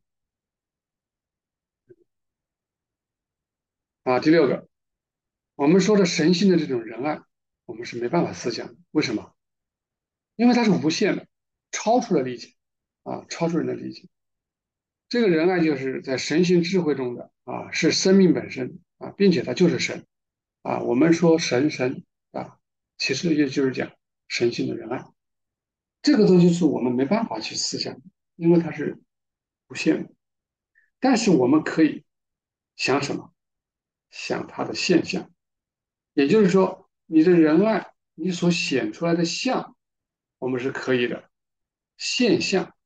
第6个，我们说的神性的这种仁爱，我们是没办法思想的。为什么？因为它是无限的，超出了理解超出人的理解。这个仁爱就是在神性智慧中的是生命本身并且它就是神我们说神其实也就是讲神性的仁爱。这个东西是我们没办法去思想的，因为它是无限的。但是我们可以想什么？想它的现象，也就是说，你的仁爱，你所显出来的像，我们是可以的。现象，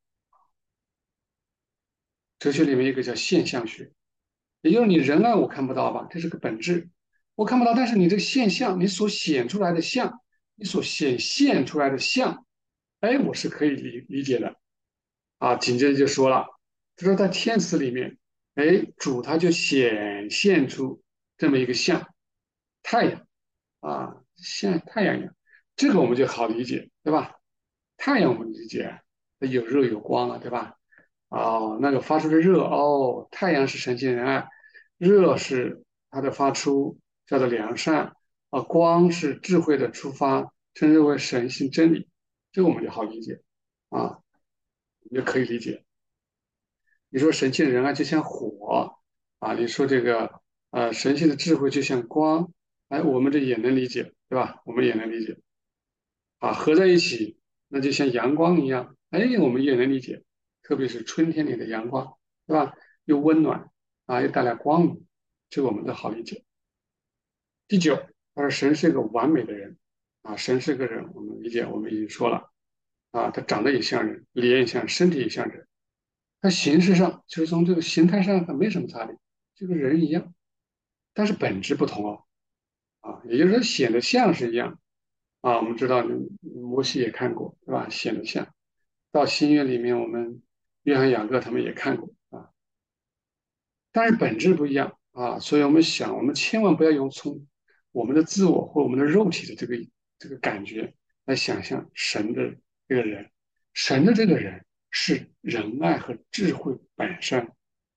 哲学里面一个叫现象学，也就是你仁爱我看不到吧，这是个本质，我看不到，但是你这个现象，你所显出来的像，你所显现出来的像，哎，我是可以理解的紧接着就说了，他说在天使里面，哎，主他就显现出这么一个像太阳像太阳一样，这个我们就好理解，对吧？太阳我们理解，有热有光了，对吧？那个发出的热，太阳是神性仁爱，热是它的发出，叫做良善光是智慧的出发，称之为神性真理，这个我们就好理解我们就可以理解。你说神性的仁爱就像火你说这个神性的智慧就像光，哎，我们这也能理解，对吧？我们也能理解合在一起，那就像阳光一样，哎，我们也能理解，特别是春天里的阳光，对吧？又温暖又带来光明，这个我们都好理解。第9，他说神是个完美的人神是个人，我们理解，我们已经说了他长得也像人，脸也像，身体也像人。它形式上就是从这个形态上它没什么差别，就跟人一样，但是本质不同也就是说显得像是一样啊，我们知道摩西也看过，对吧？显得像。到新约里面，我们约翰雅各他们也看过啊，但是本质不一样啊，所以我们想，我们千万不要用从我们的自我或我们的肉体的这个感觉来想象神的这个人，神的这个人是仁爱和智慧本身，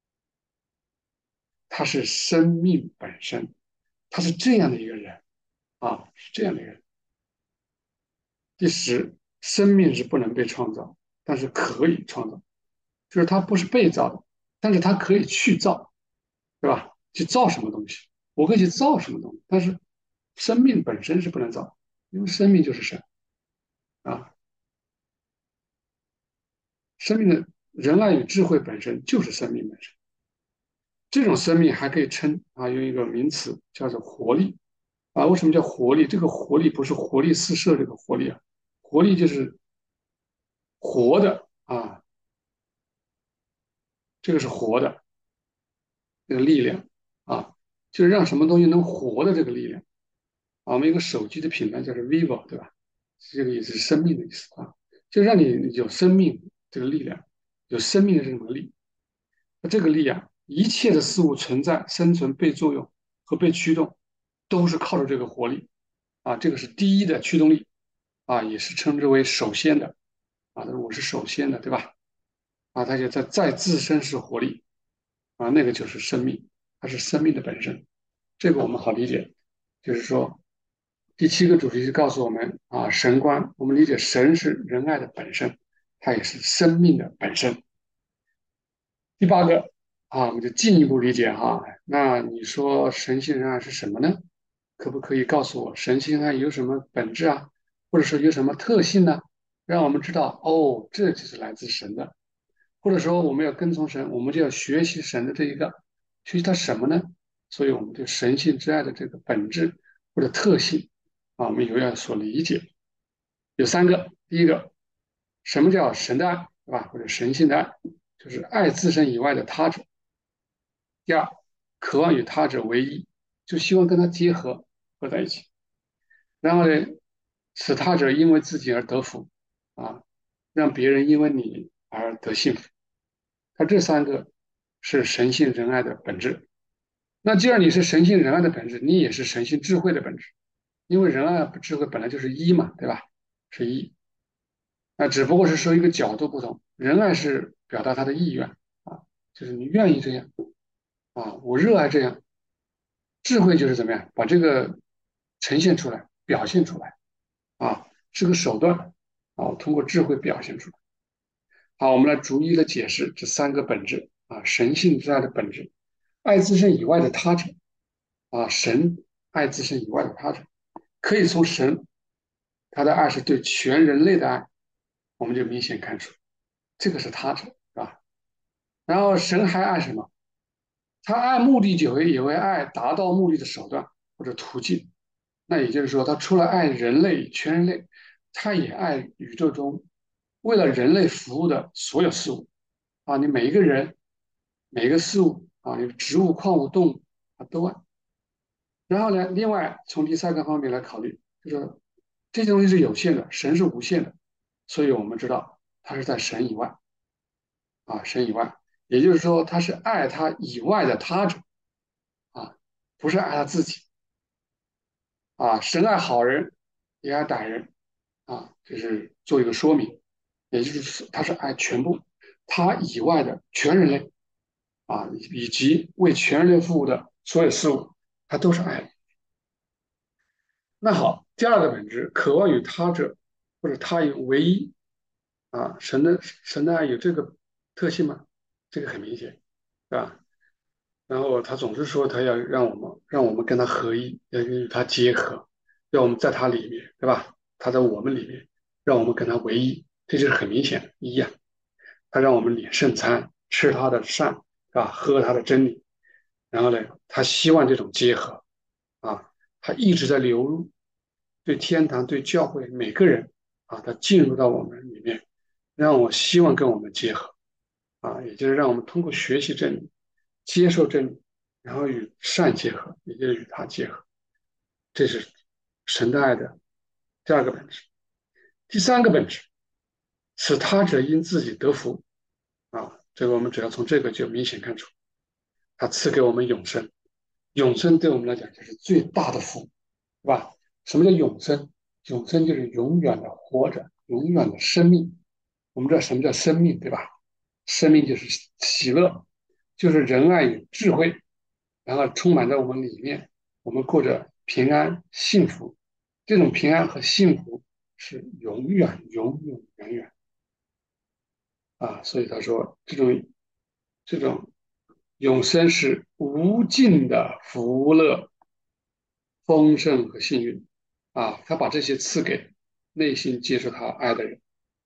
他是生命本身，他是这样的一个人啊，是这样的一个人。第十，生命是不能被创造，但是可以创造，就是它不是被造的，但是它可以去造，对吧？去造什么东西，我可以去造什么东西，但是生命本身是不能造，因为生命就是神啊，生命的仁爱与智慧本身就是生命本身。这种生命还可以称啊，用一个名词叫做活力啊。为什么叫活力？这个活力不是活力四射这个活力啊，活力就是活的啊，这个是活的这个力量啊，就是让什么东西能活的这个力量啊。我们有个手机的品牌叫做 vivo，对吧？这个意思是生命的意思啊，就让你有生命这个力量，有生命的这种力。那这个力啊，一切的事物存在、生存、被作用和被驱动，都是靠着这个活力啊。这个是第一的驱动力啊，也是称之为首先的啊。我是首先的，对吧？啊，它就再自身是活力啊，那个就是生命，它是生命的本身。这个我们好理解，就是说，第七个主题是告诉我们啊，神观，我们理解神是仁爱的本身，它也是生命的本身。第八个啊，我们就进一步理解哈，那你说神性仁爱是什么呢？可不可以告诉我神性仁爱有什么本质啊，或者说有什么特性呢？让我们知道哦，这就是来自神的。或者说我们要跟从神，我们就要学习神的这一个，学习它什么呢？所以我们对神性之爱的这个本质或者特性啊，我们有要所理解。有三个，第一个，什么叫神的爱，对吧？或者神性的爱，就是爱自身以外的他者。第二，渴望与他者为一，就希望跟他结合，合在一起。然后呢，使他者因为自己而得福啊，让别人因为你而得幸福。它这三个是神性仁爱的本质。那既然你是神性仁爱的本质，你也是神性智慧的本质，因为仁爱智慧本来就是一嘛，对吧？是一，那只不过是说一个角度不同。仁爱是表达他的意愿啊，就是你愿意这样啊，我热爱这样。智慧就是怎么样把这个呈现出来、表现出来啊，是个手段啊，我通过智慧表现出来。好，我们来逐一的解释这三个本质啊，神性之爱的本质，爱自身以外的他者啊，神爱自身以外的他者，可以从神他的爱是对全人类的爱，我们就明显看出这个是他者，是吧？然后神还爱什么？他爱目的也会爱达到目的的手段或者途径。那也就是说，他除了爱人类全人类，他也爱宇宙中为了人类服务的所有事物啊！你每一个人、每一个事物啊，你植物、矿物、动物啊都爱。然后呢，另外从第三个方面来考虑，就是这些东西是有限的，神是无限的，所以我们知道他是在神以外啊，神以外，也就是说他是爱他以外的他者啊，不是爱他自己啊。神爱好人，也爱歹人啊，这是做一个说明，也就是说他是爱全部他以外的全人类啊，以及为全人类服务的所有事物，他都是爱。那好，第二个本质，渴望与他者或者他有为一啊，神的爱有这个特性吗？这个很明显，对吧？然后他总是说他要让我们跟他合一，要与他结合，让我们在他里面，对吧？他在我们里面，让我们跟他为一，这就是很明显的一样。他让我们领圣餐，吃他的善，是吧？喝他的真理。然后呢，他希望这种结合啊，他一直在流入，对天堂、对教会每个人啊，他进入到我们里面，让我希望跟我们结合啊，也就是让我们通过学习真理、接受真理，然后与善结合，也就是与他结合，这是神的爱的第二个本质。第三个本质，使他者因自己得福啊，这个我们只要从这个就明显看出，他赐给我们永生，永生对我们来讲就是最大的福，是吧？什么叫永生？永生就是永远的活着，永远的生命。我们知道什么叫生命，对吧？生命就是喜乐，就是仁爱与智慧，然后充满在我们里面，我们过着平安幸福。这种平安和幸福是永远、永永远远啊！所以他说，这种永生是无尽的福乐、丰盛和幸运啊！他把这些赐给内心接受他爱的人，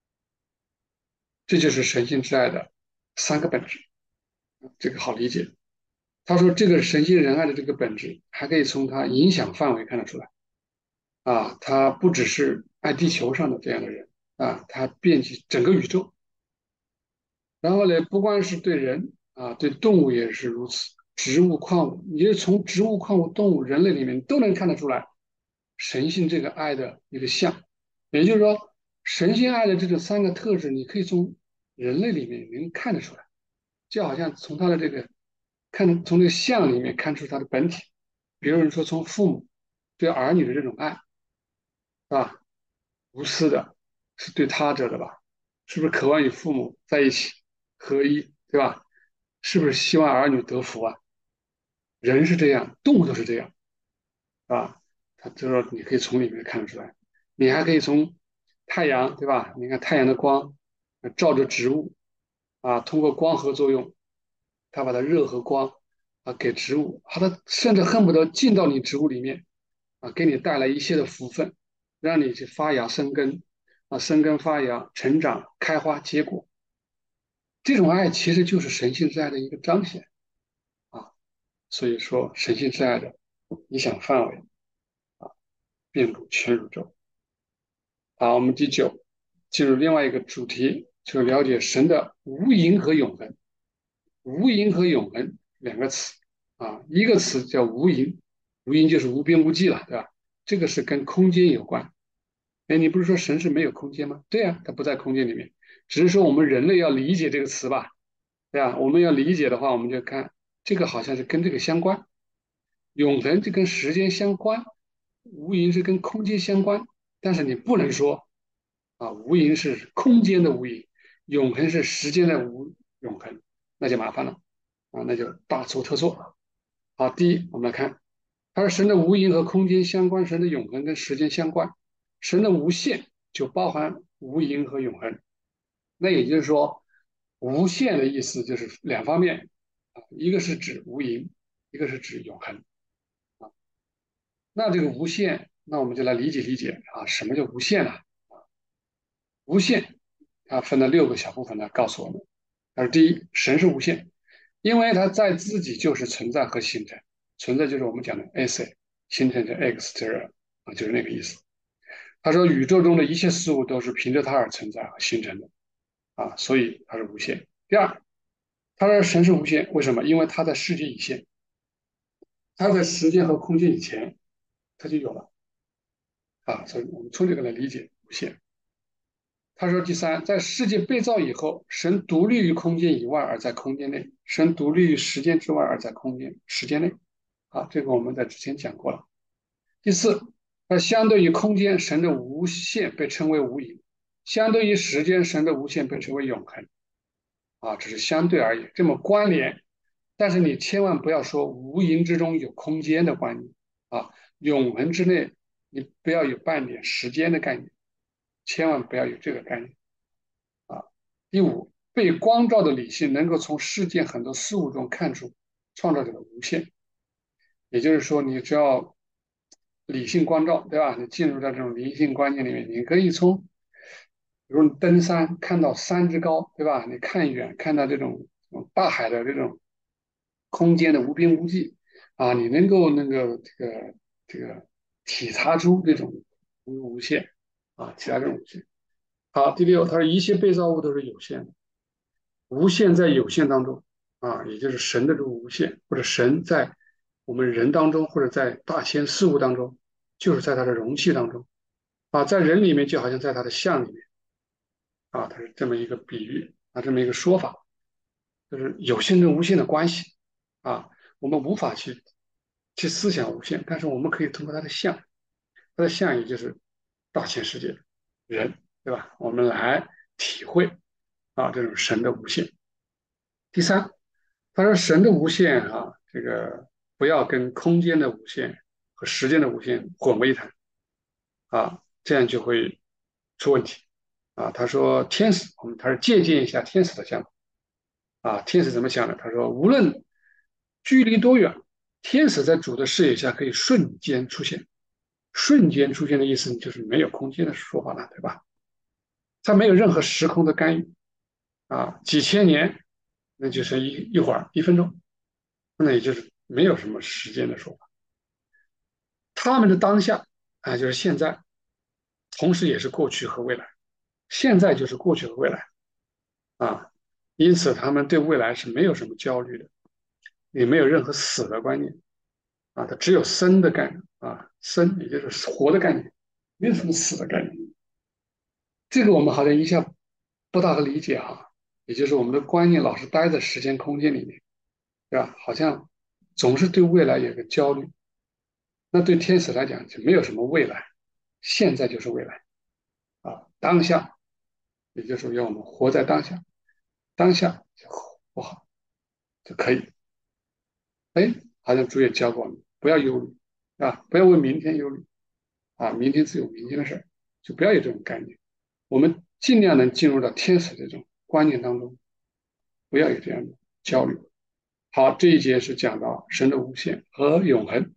这就是神性之爱的三个本质。这个好理解。他说，这个神性仁爱的这个本质，还可以从他影响范围看得出来啊！他不只是爱地球上的这样的人啊，他遍及整个宇宙。然后呢，不光是对人啊，对动物也是如此，植物、矿物，你就从植物、矿物、动物、人类里面都能看得出来神性这个爱的一个像。也就是说，神性爱的这个三个特质，你可以从人类里面能看得出来，就好像从他的这个从这个像里面看出他的本体。比如说，从父母对儿女的这种爱，是吧？无私的，是对他者的吧？是不是渴望与父母在一起合一，对吧？是不是希望儿女得福啊？人是这样，动物都是这样啊。他就说你可以从里面看得出来，你还可以从太阳，对吧？你看太阳的光照着植物啊，通过光合作用，它把它热和光啊给植物，它甚至恨不得进到你植物里面啊，给你带来一切的福分，让你去发芽生根啊，生根发芽、成长、开花结果。这种爱其实就是神性之爱的一个彰显啊。所以说，神性之爱的影响范围遍布全宇宙。好，我们第九进入另外一个主题，就是了解神的无垠和永恒。无垠和永恒两个词啊，一个词叫无垠，无垠就是无边无际了，对吧？这个是跟空间有关。哎，你不是说神是没有空间吗？对呀，它不在空间里面，只是说我们人类要理解这个词吧，对吧？我们要理解的话，我们就看这个好像是跟这个相关，永恒就跟时间相关，无垠是跟空间相关，但是你不能说啊，无垠是空间的无垠，永恒是时间的永恒，那就麻烦了啊，那就大错特错了。好，第一，我们来看，他说神的无垠和空间相关，神的永恒跟时间相关，神的无限就包含无垠和永恒。那也就是说，无限的意思就是两方面啊，一个是指无垠，一个是指永恒。那这个无限，那我们就来理解理解啊，什么叫无限呢？无限啊，分了六个小部分来告诉我们。他说，第一，神是无限，因为它在自己就是存在和形成，存在就是我们讲的 essay，形成叫 exterior 啊，就是那个意思。他说，宇宙中的一切事物都是凭着它而存在和形成的啊，所以它是无限。第二，他说神是无限，为什么？因为它在世界以前，它在时间和空间以前，它就有了啊，所以我们从这个来理解无限。他说：“第三，在世界被造以后，神独立于空间以外，而在空间内；神独立于时间之外，而在时间内。啊，这个我们在之前讲过了。第四，相对于空间，神的无限被称为无垠；相对于时间，神的无限被称为永恒。啊，只是相对而已，这么关联。但是你千万不要说无垠之中有空间的观念啊，永恒之内你不要有半点时间的概念，千万不要有这个概念。”啊，第五，被光照的理性能够从世界很多事物中看出创造者的无限。也就是说，你只要理性光照，对吧？你进入到这种灵性观念里面，你可以从，比如你登山看到山之高，对吧？你看远看到这种大海的这种空间的无边无际啊，你能够这个体察出这种无限啊，体察这种无限。好，第六，他说一切被造物都是有限的。无限在有限当中啊，也就是神的这个无限，或者神在我们人当中，或者在大千事物当中，就是在它的容器当中在人里面就好像在他的像里面它是这么一个比喻这么一个说法，就是有限跟无限的关系啊，我们无法去思想无限，但是我们可以通过它的像，它的像也就是大千世界人，对吧？我们来体会这种神的无限。第三，他说神的无限这个不要跟空间的无限和时间的无限混为一谈这样就会出问题他说天使，他是借鉴一下天使的想法天使怎么想的？他说无论距离多远，天使在主的视野下可以瞬间出现。瞬间出现的意思就是没有空间的说法了，对吧？它没有任何时空的干预几千年，那就是一会儿1分钟，那也就是没有什么时间的说法。他们的当下就是现在，同时也是过去和未来。现在就是过去和未来啊，因此他们对未来是没有什么焦虑的，也没有任何死的观念它只有生的概念生也就是活的概念，没有什么死的概念。这个我们好像一下不大理解也就是我们的观念老是待在时间空间里面，对吧？好像总是对未来有个焦虑。那对天使来讲就没有什么未来，现在就是未来当下，也就是要我们活在当下，当下就活好就可以。哎，好像主也教过我们，不要忧虑不要为明天忧虑明天自有明天的事儿，就不要有这种概念。我们尽量能进入到天使这种观念当中，不要有这样的焦虑。好，这一节是讲到神的无限和永恒，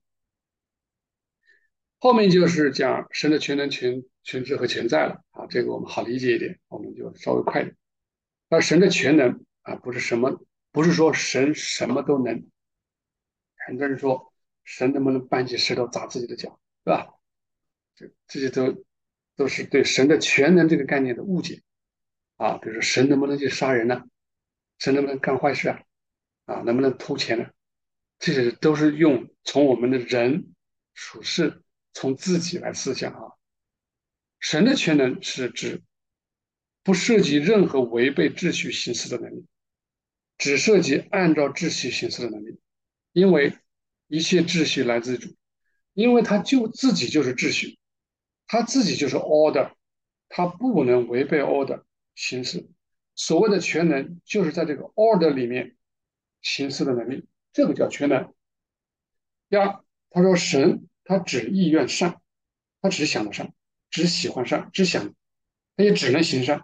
后面就是讲神的全能、全知和全在了这个我们好理解一点，我们就稍微快一点。而神的全能不是说神什么都能，很多人说神能不能搬起石头砸自己的脚，对吧？这些都是对神的全能这个概念的误解比如说神能不能去杀人呢？神能不能干坏事能不能偷钱呢？这些都是从我们的人处事，从自己来思想神的全能是指不涉及任何违背秩序行事的能力，只涉及按照秩序行事的能力。因为一切秩序来自主，因为他自己就是秩序，他自己就是 order，他不能违背 order 行事。所谓的全能，就是在这个 order 里面行事的能力，这个叫全能。第二，他说神他只意愿善，他只想着善，只喜欢善，只想，他也只能行善，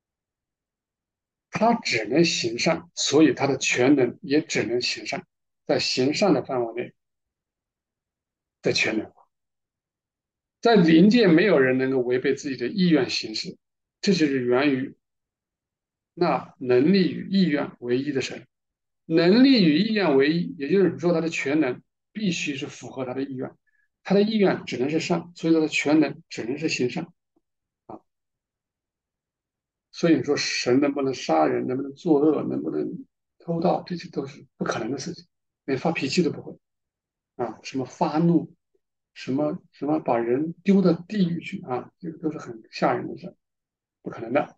他只能行善，所以他的全能也只能行善，在行善的范围内的全能。在灵界，没有人能够违背自己的意愿行事，这就是源于那能力与意愿为一的神。能力与意愿为一，也就是说，他的全能必须是符合他的意愿，他的意愿只能是善，所以他的全能只能是行善啊。所以你说神能不能杀人，能不能作恶，能不能偷盗，这些都是不可能的事情，连发脾气都不会什么发怒，什么把人丢到地狱去这个都是很吓人的事，不可能的。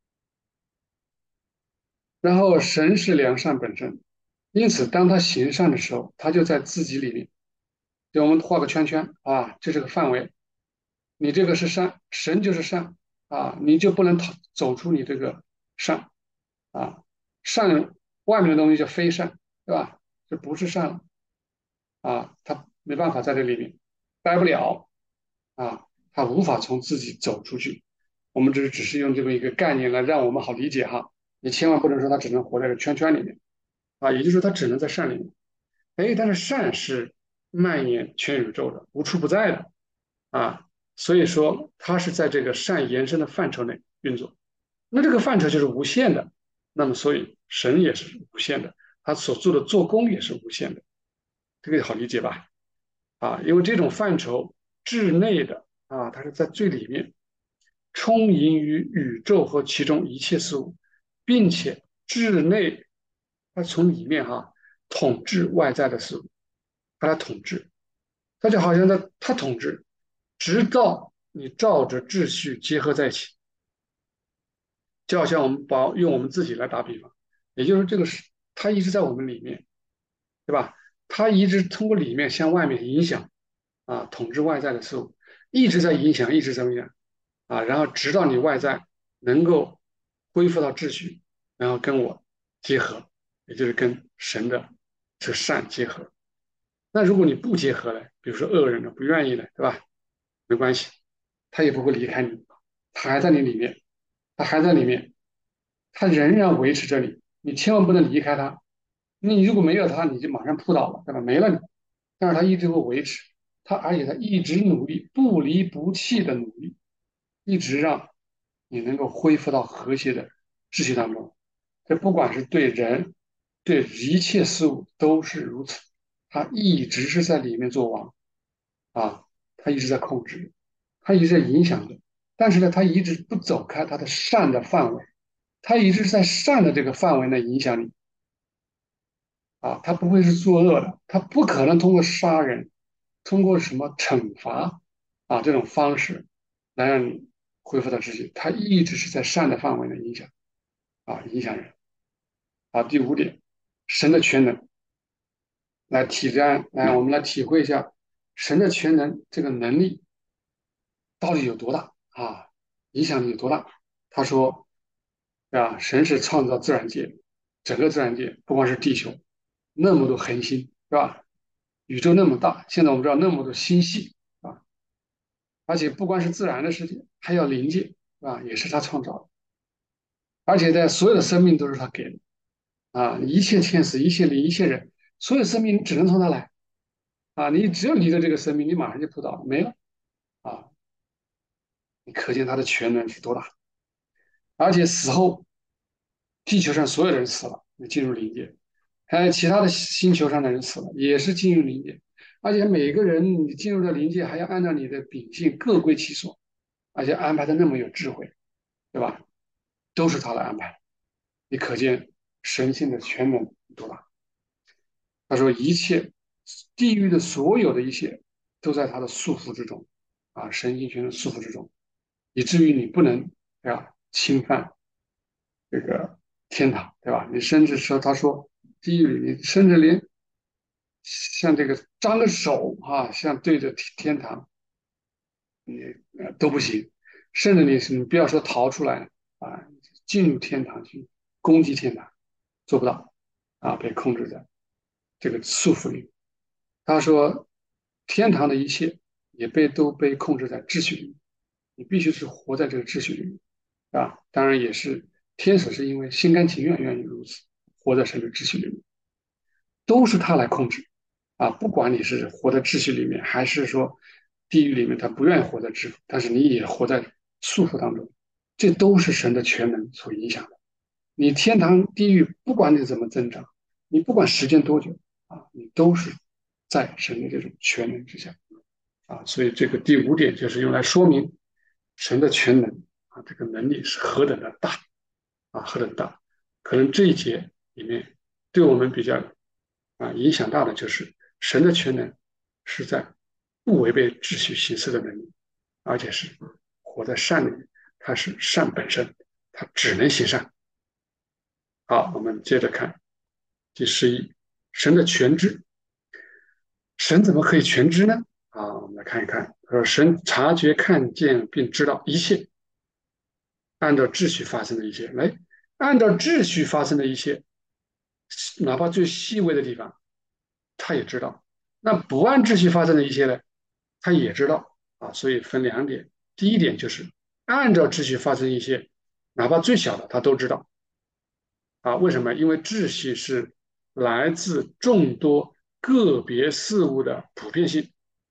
然后神是良善本身，因此当他行善的时候，他就在自己里面。就我们画个圈圈这是个范围，你这个是善，神就是善你就不能走出你这个善善外面的东西叫非善，对吧？这不是善了他没办法在这里面待不了他无法从自己走出去。我们只是用这么一个概念来让我们好理解你千万不能说他只能活在这个圈圈里面也就是说他只能在善里面。但是善是蔓延全宇宙的，无处不在的所以说它是在这个善延伸的范畴内运作。那这个范畴就是无限的，那么所以神也是无限的，他所做的做工也是无限的，这个好理解吧？因为这种范畴至内的它是在最里面，充盈于宇宙和其中一切事物，并且至内，它从里面统治外在的事物，把它统治，它就好像他统治，直到你照着秩序结合在一起，就好像我们用我们自己来打比方，也就是这个是它一直在我们里面，对吧？它一直通过里面向外面影响统治外在的事物，一直在影响，一直在影响然后直到你外在能够恢复到秩序，然后跟我结合，也就是跟神的这个善结合。那如果你不结合呢，比如说恶人呢，不愿意的，对吧？没关系，他也不会离开你，他还在你里面，他还在里面，他仍然维持着你，你千万不能离开他。你如果没有他，你就马上扑倒了，对吧？没了你，但是他一直会维持，而且他一直努力，不离不弃的努力，一直让你能够恢复到和谐的秩序当中。这不管是对人，对一切事物都是如此。他一直是在里面做王啊，他一直在控制，他一直在影响着，但是呢，他一直不走开他的善的范围，他一直在善的这个范围内影响你他不会是作恶的，他不可能通过杀人，通过什么惩罚这种方式来让你恢复到秩序，他一直是在善的范围内影响影响人第五点，神的全能。我们来体会一下神的全能这个能力到底有多大影响力有多大？他说，神是创造自然界，整个自然界，不光是地球，那么多恒星，是吧？宇宙那么大，现在我们知道那么多星系而且不光是自然的世界，还有灵界，也是他创造的，而且在所有的生命都是他给的一切天使、一切灵、一切人，所有生命你只能从他来你只要离了这个生命，你马上就扑倒了，没了啊！你可见他的全能是多大。而且死后，地球上所有人死了，你进入灵界；还有其他的星球上的人死了，也是进入灵界。而且每个人你进入了灵界，还要按照你的秉性各归其所，而且安排的那么有智慧，对吧？都是他来安排。你可见神性的全能多大？他说一切地狱的所有的一切都在他的束缚之中神性全的束缚之中，以至于你不能侵犯这个天堂，对吧？你甚至说，他说地狱里，你甚至连像这个张个手像对着天堂，你都不行，甚至你不要说逃出来进入天堂去攻击天堂，做不到被控制在这个束缚里。他说，天堂的一切都被控制在秩序里，你必须是活在这个秩序里面当然也是天使是因为心甘情愿愿意如此，活在神的秩序里面，都是他来控制不管你是活在秩序里面，还是说地狱里面，他不愿意活在秩序，但是你也活在束缚当中，这都是神的全能所影响的。你天堂、地狱，不管你怎么增长，你不管时间多久你都是在神的这种全能之下所以这个第五点就是用来说明神的全能这个能力是何等的大何等大。可能这一节里面对我们比较影响大的就是神的全能是在不违背秩序行事的能力，而且是活在善里面，它是善本身，它只能行善。好，我们接着看第11，神的全知。神怎么可以全知呢？我们来看一看，神察觉、看见并知道一切，按照秩序发生的一切，按照秩序发生的一切，哪怕最细微的地方，他也知道。那不按秩序发生的一些呢，他也知道所以分两点。第一点就是按照秩序发生一些，哪怕最小的他都知道为什么？因为秩序是来自众多个别事物的普遍性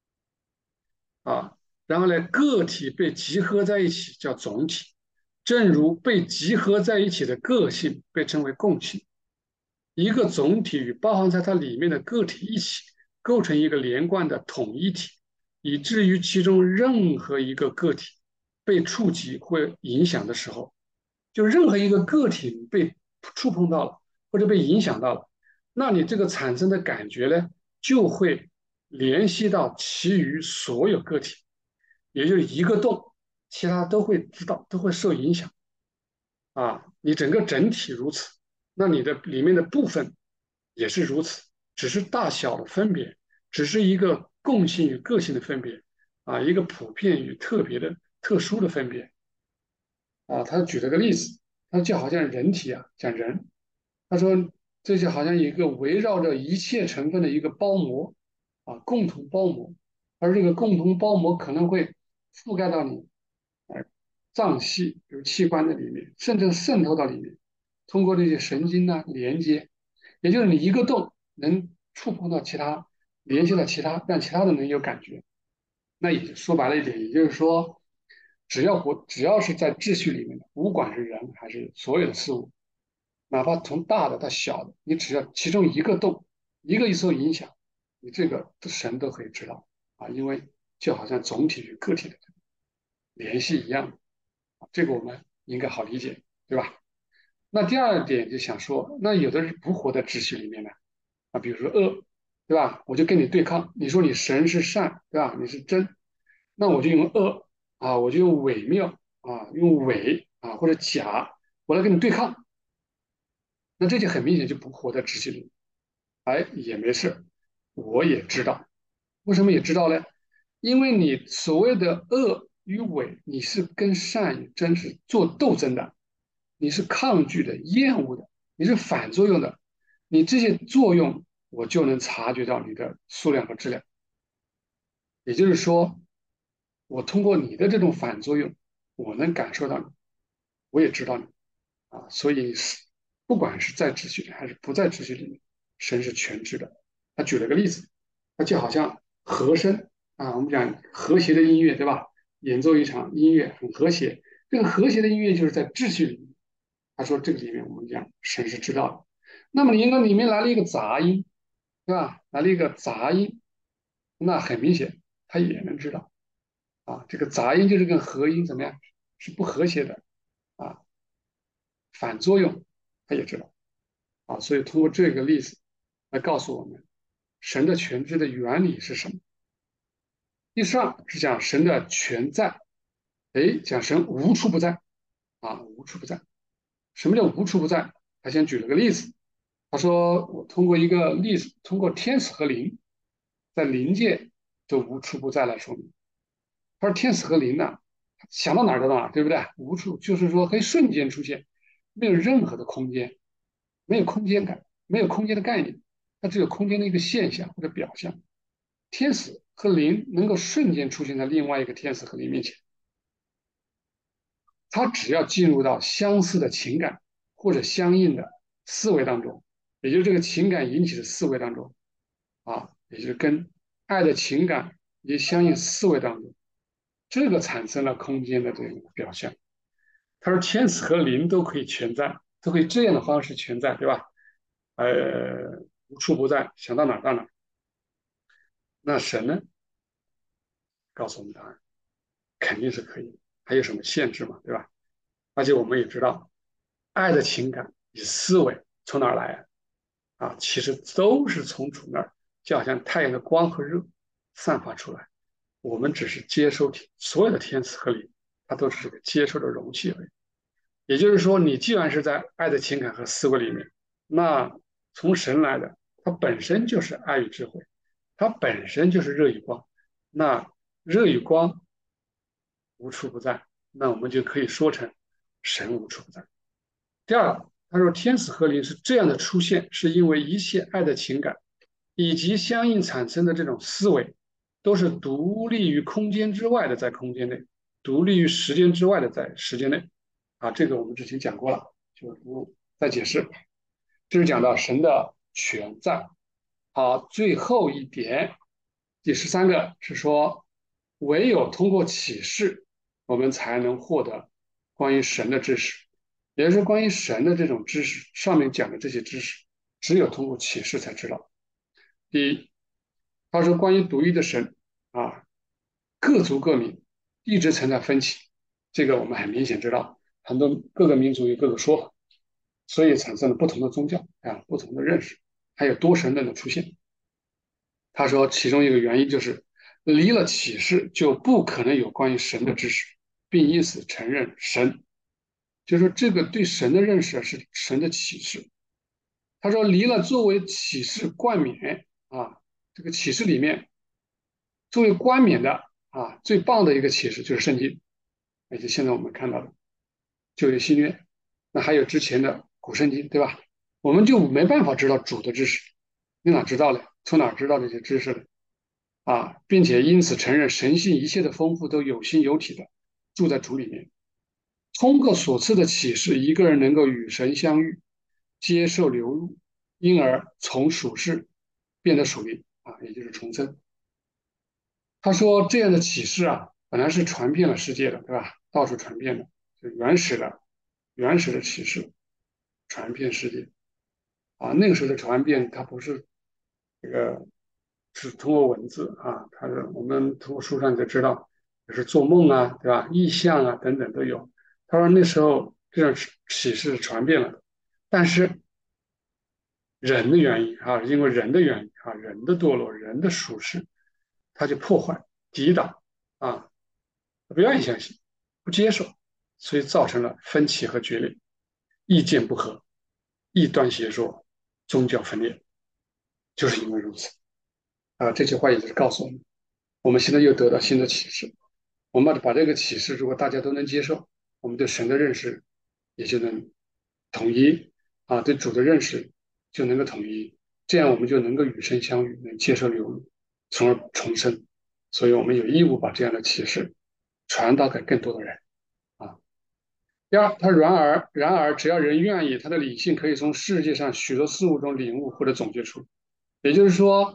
然后呢，个体被集合在一起叫总体，正如被集合在一起的个性被称为共性。一个总体与包含在它里面的个体一起构成一个连贯的统一体，以至于其中任何一个个体被触及或影响的时候，就任何一个个体被触碰到了或者被影响到了，那你这个产生的感觉呢，就会联系到其余所有个体。 也就是一个动，其他都会知道，都会受影响啊。你整个整体如此，那你的里面的部分也是如此，只是大小的分别，只是一个共性与个性的分别啊，一个普遍与特别的特殊的分别啊。他举了个例子，他就好像人体啊，讲人，他说这就好像一个围绕着一切成分的一个包膜啊，共同包膜，而这个共同包膜可能会覆盖到你脏器，比如器官的里面，甚至渗透到里面，通过这些神经呢连接，也就是你一个洞能触碰到其他，联系到其他，让其他的人有感觉。那也就说白了一点，也就是说，只要是在秩序里面的，不管是人还是所有的事物，哪怕从大的到小的，你只要其中一个动，一受影响，你这个神都可以知道啊，因为就好像总体与个体的联系一样，这个我们应该好理解，对吧？那第二点就想说，那有的是不活在秩序里面的啊，比如说恶，对吧？我就跟你对抗，你说你神是善，对吧？你是真，那我就用恶啊，我就用伪妙啊，用伪啊或者假，我来跟你对抗，那这就很明显就不活在秩序里。哎，也没事，我也知道，为什么也知道呢？因为你所谓的恶与伪，你是跟善与真是做斗争的，你是抗拒的、厌恶的，你是反作用的，你这些作用，我就能察觉到你的数量和质量。也就是说，我通过你的这种反作用，我能感受到你，我也知道你啊，所以是不管是在秩序里还是不在秩序里面，神是全知的。他举了个例子，他就好像和声啊，我们讲和谐的音乐，对吧？演奏一场音乐很和谐，这个和谐的音乐就是在秩序里面。他说这个里面我们讲神是知道的。那么你应该里面来了一个杂音，对吧？来了一个杂音，那很明显他也能知道啊。这个杂音就是跟和音怎么样是不和谐的啊，反作用他也知道啊。所以通过这个例子来告诉我们神的全知的原理是什么。第三是讲神的全在，哎，讲神无处不在啊，无处不在。什么叫无处不在？他先举了个例子，他说我通过一个例子，通过天使和灵，在灵界就无处不在来说明。他说天使和灵呢，想到哪儿到哪儿，对不对？无处就是说可以瞬间出现，没有任何的空间，没有空间感，没有空间的概念，它只有空间的一个现象或者表象。天使和灵能够瞬间出现在另外一个天使和灵面前，他只要进入到相似的情感或者相应的思维当中，也就是这个情感引起的思维当中啊，也就是跟爱的情感以及相应思维当中，这个产生了空间的这个表象。他说天使和灵都可以全在，都可以这样的方式全在，对吧？无处不在，想到哪儿到哪儿。那神呢？告诉我们答案，肯定是可以。还有什么限制嘛，对吧？而且我们也知道，爱的情感与思维从哪儿来啊？其实都是从主那儿，就好像太阳的光和热散发出来，我们只是接收所有的天赐和灵，它都是这个接收的容器而已。也就是说，你既然是在爱的情感和思维里面，那从神来的，它本身就是爱与智慧，它本身就是热与光。那热与光无处不在，那我们就可以说成神无处不在。第二，他说天使和灵是这样的出现，是因为一切爱的情感以及相应产生的这种思维，都是独立于空间之外的，在空间内，独立于时间之外的，在时间内。啊，这个我们之前讲过了，就不再解释。这是讲到神的全在。好，最后一点，第13个是说，唯有通过启示，我们才能获得关于神的知识，也就是关于神的这种知识，上面讲的这些知识，只有通过启示才知道。第一，他说关于独一的神啊，各族各民一直存在分歧，这个我们很明显知道，很多各个民族有各个说法，所以产生了不同的宗教啊，不同的认识，还有多神论的出现。他说其中一个原因就是离了启示，就不可能有关于神的知识，并因此承认神。就是说，这个对神的认识啊是神的启示。他说，离了作为启示冠冕啊，这个启示里面作为冠冕的啊，最棒的一个启示就是圣经，也就现在我们看到的旧约、新约，那还有之前的古圣经，对吧？我们就没办法知道主的知识，你哪知道呢？从哪知道这些知识的？啊，并且因此承认神性一切的丰富都有形有体的住在主里面。通过所赐的启示，一个人能够与神相遇，接受流入，因而从属世变得属灵啊，也就是重生。他说这样的启示啊，本来是传遍了世界的，对吧？到处传遍的，就原始的启示传遍世界啊。那个时候的传遍，它不是这个是通过文字啊，它是我们通过书上就知道，就是做梦啊，对吧？意象啊等等都有。他说那时候这种启示传遍了，但是人的原因啊，因为人的原因啊，人的堕落，人的属实，他就破坏、抵挡啊，不愿意相信，不接受，所以造成了分歧和决裂，意见不合，异端邪说，宗教分裂，就是因为如此啊。这句话也就是告诉我们，我们现在又得到新的启示，我们把这个启示，如果大家都能接受，我们对神的认识也就能统一啊，对主的认识就能够统一，这样我们就能够与神相遇，能接受流入，从而重生。所以我们有义务把这样的启示传导给更多的人啊。第二，他然而，只要人愿意，他的理性可以从世界上许多事物中领悟或者总结出。也就是说，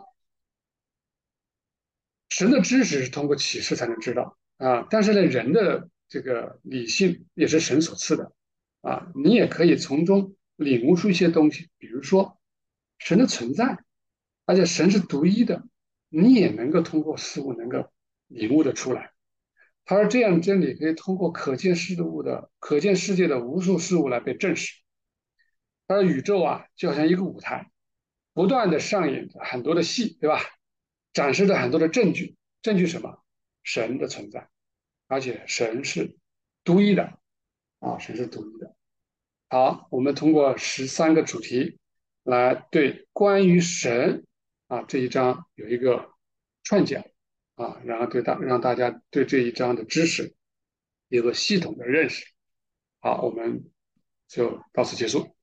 神的知识是通过启示才能知道啊，但是呢，人的这个理性也是神所赐的啊，你也可以从中领悟出一些东西，比如说神的存在，而且神是独一的，你也能够通过事物能够领悟的出来。他说这样的真理可以通过可见世界的无数事物来被证实。他说宇宙啊，就好像一个舞台，不断的上演着很多的戏，对吧？展示着很多的证据，证据什么？神的存在，而且神是独一的啊，神是独一的。好，我们通过13个主题来对关于神啊这一章有一个串讲啊，然后让大家对这一章的知识有个系统的认识。好，我们就到此结束。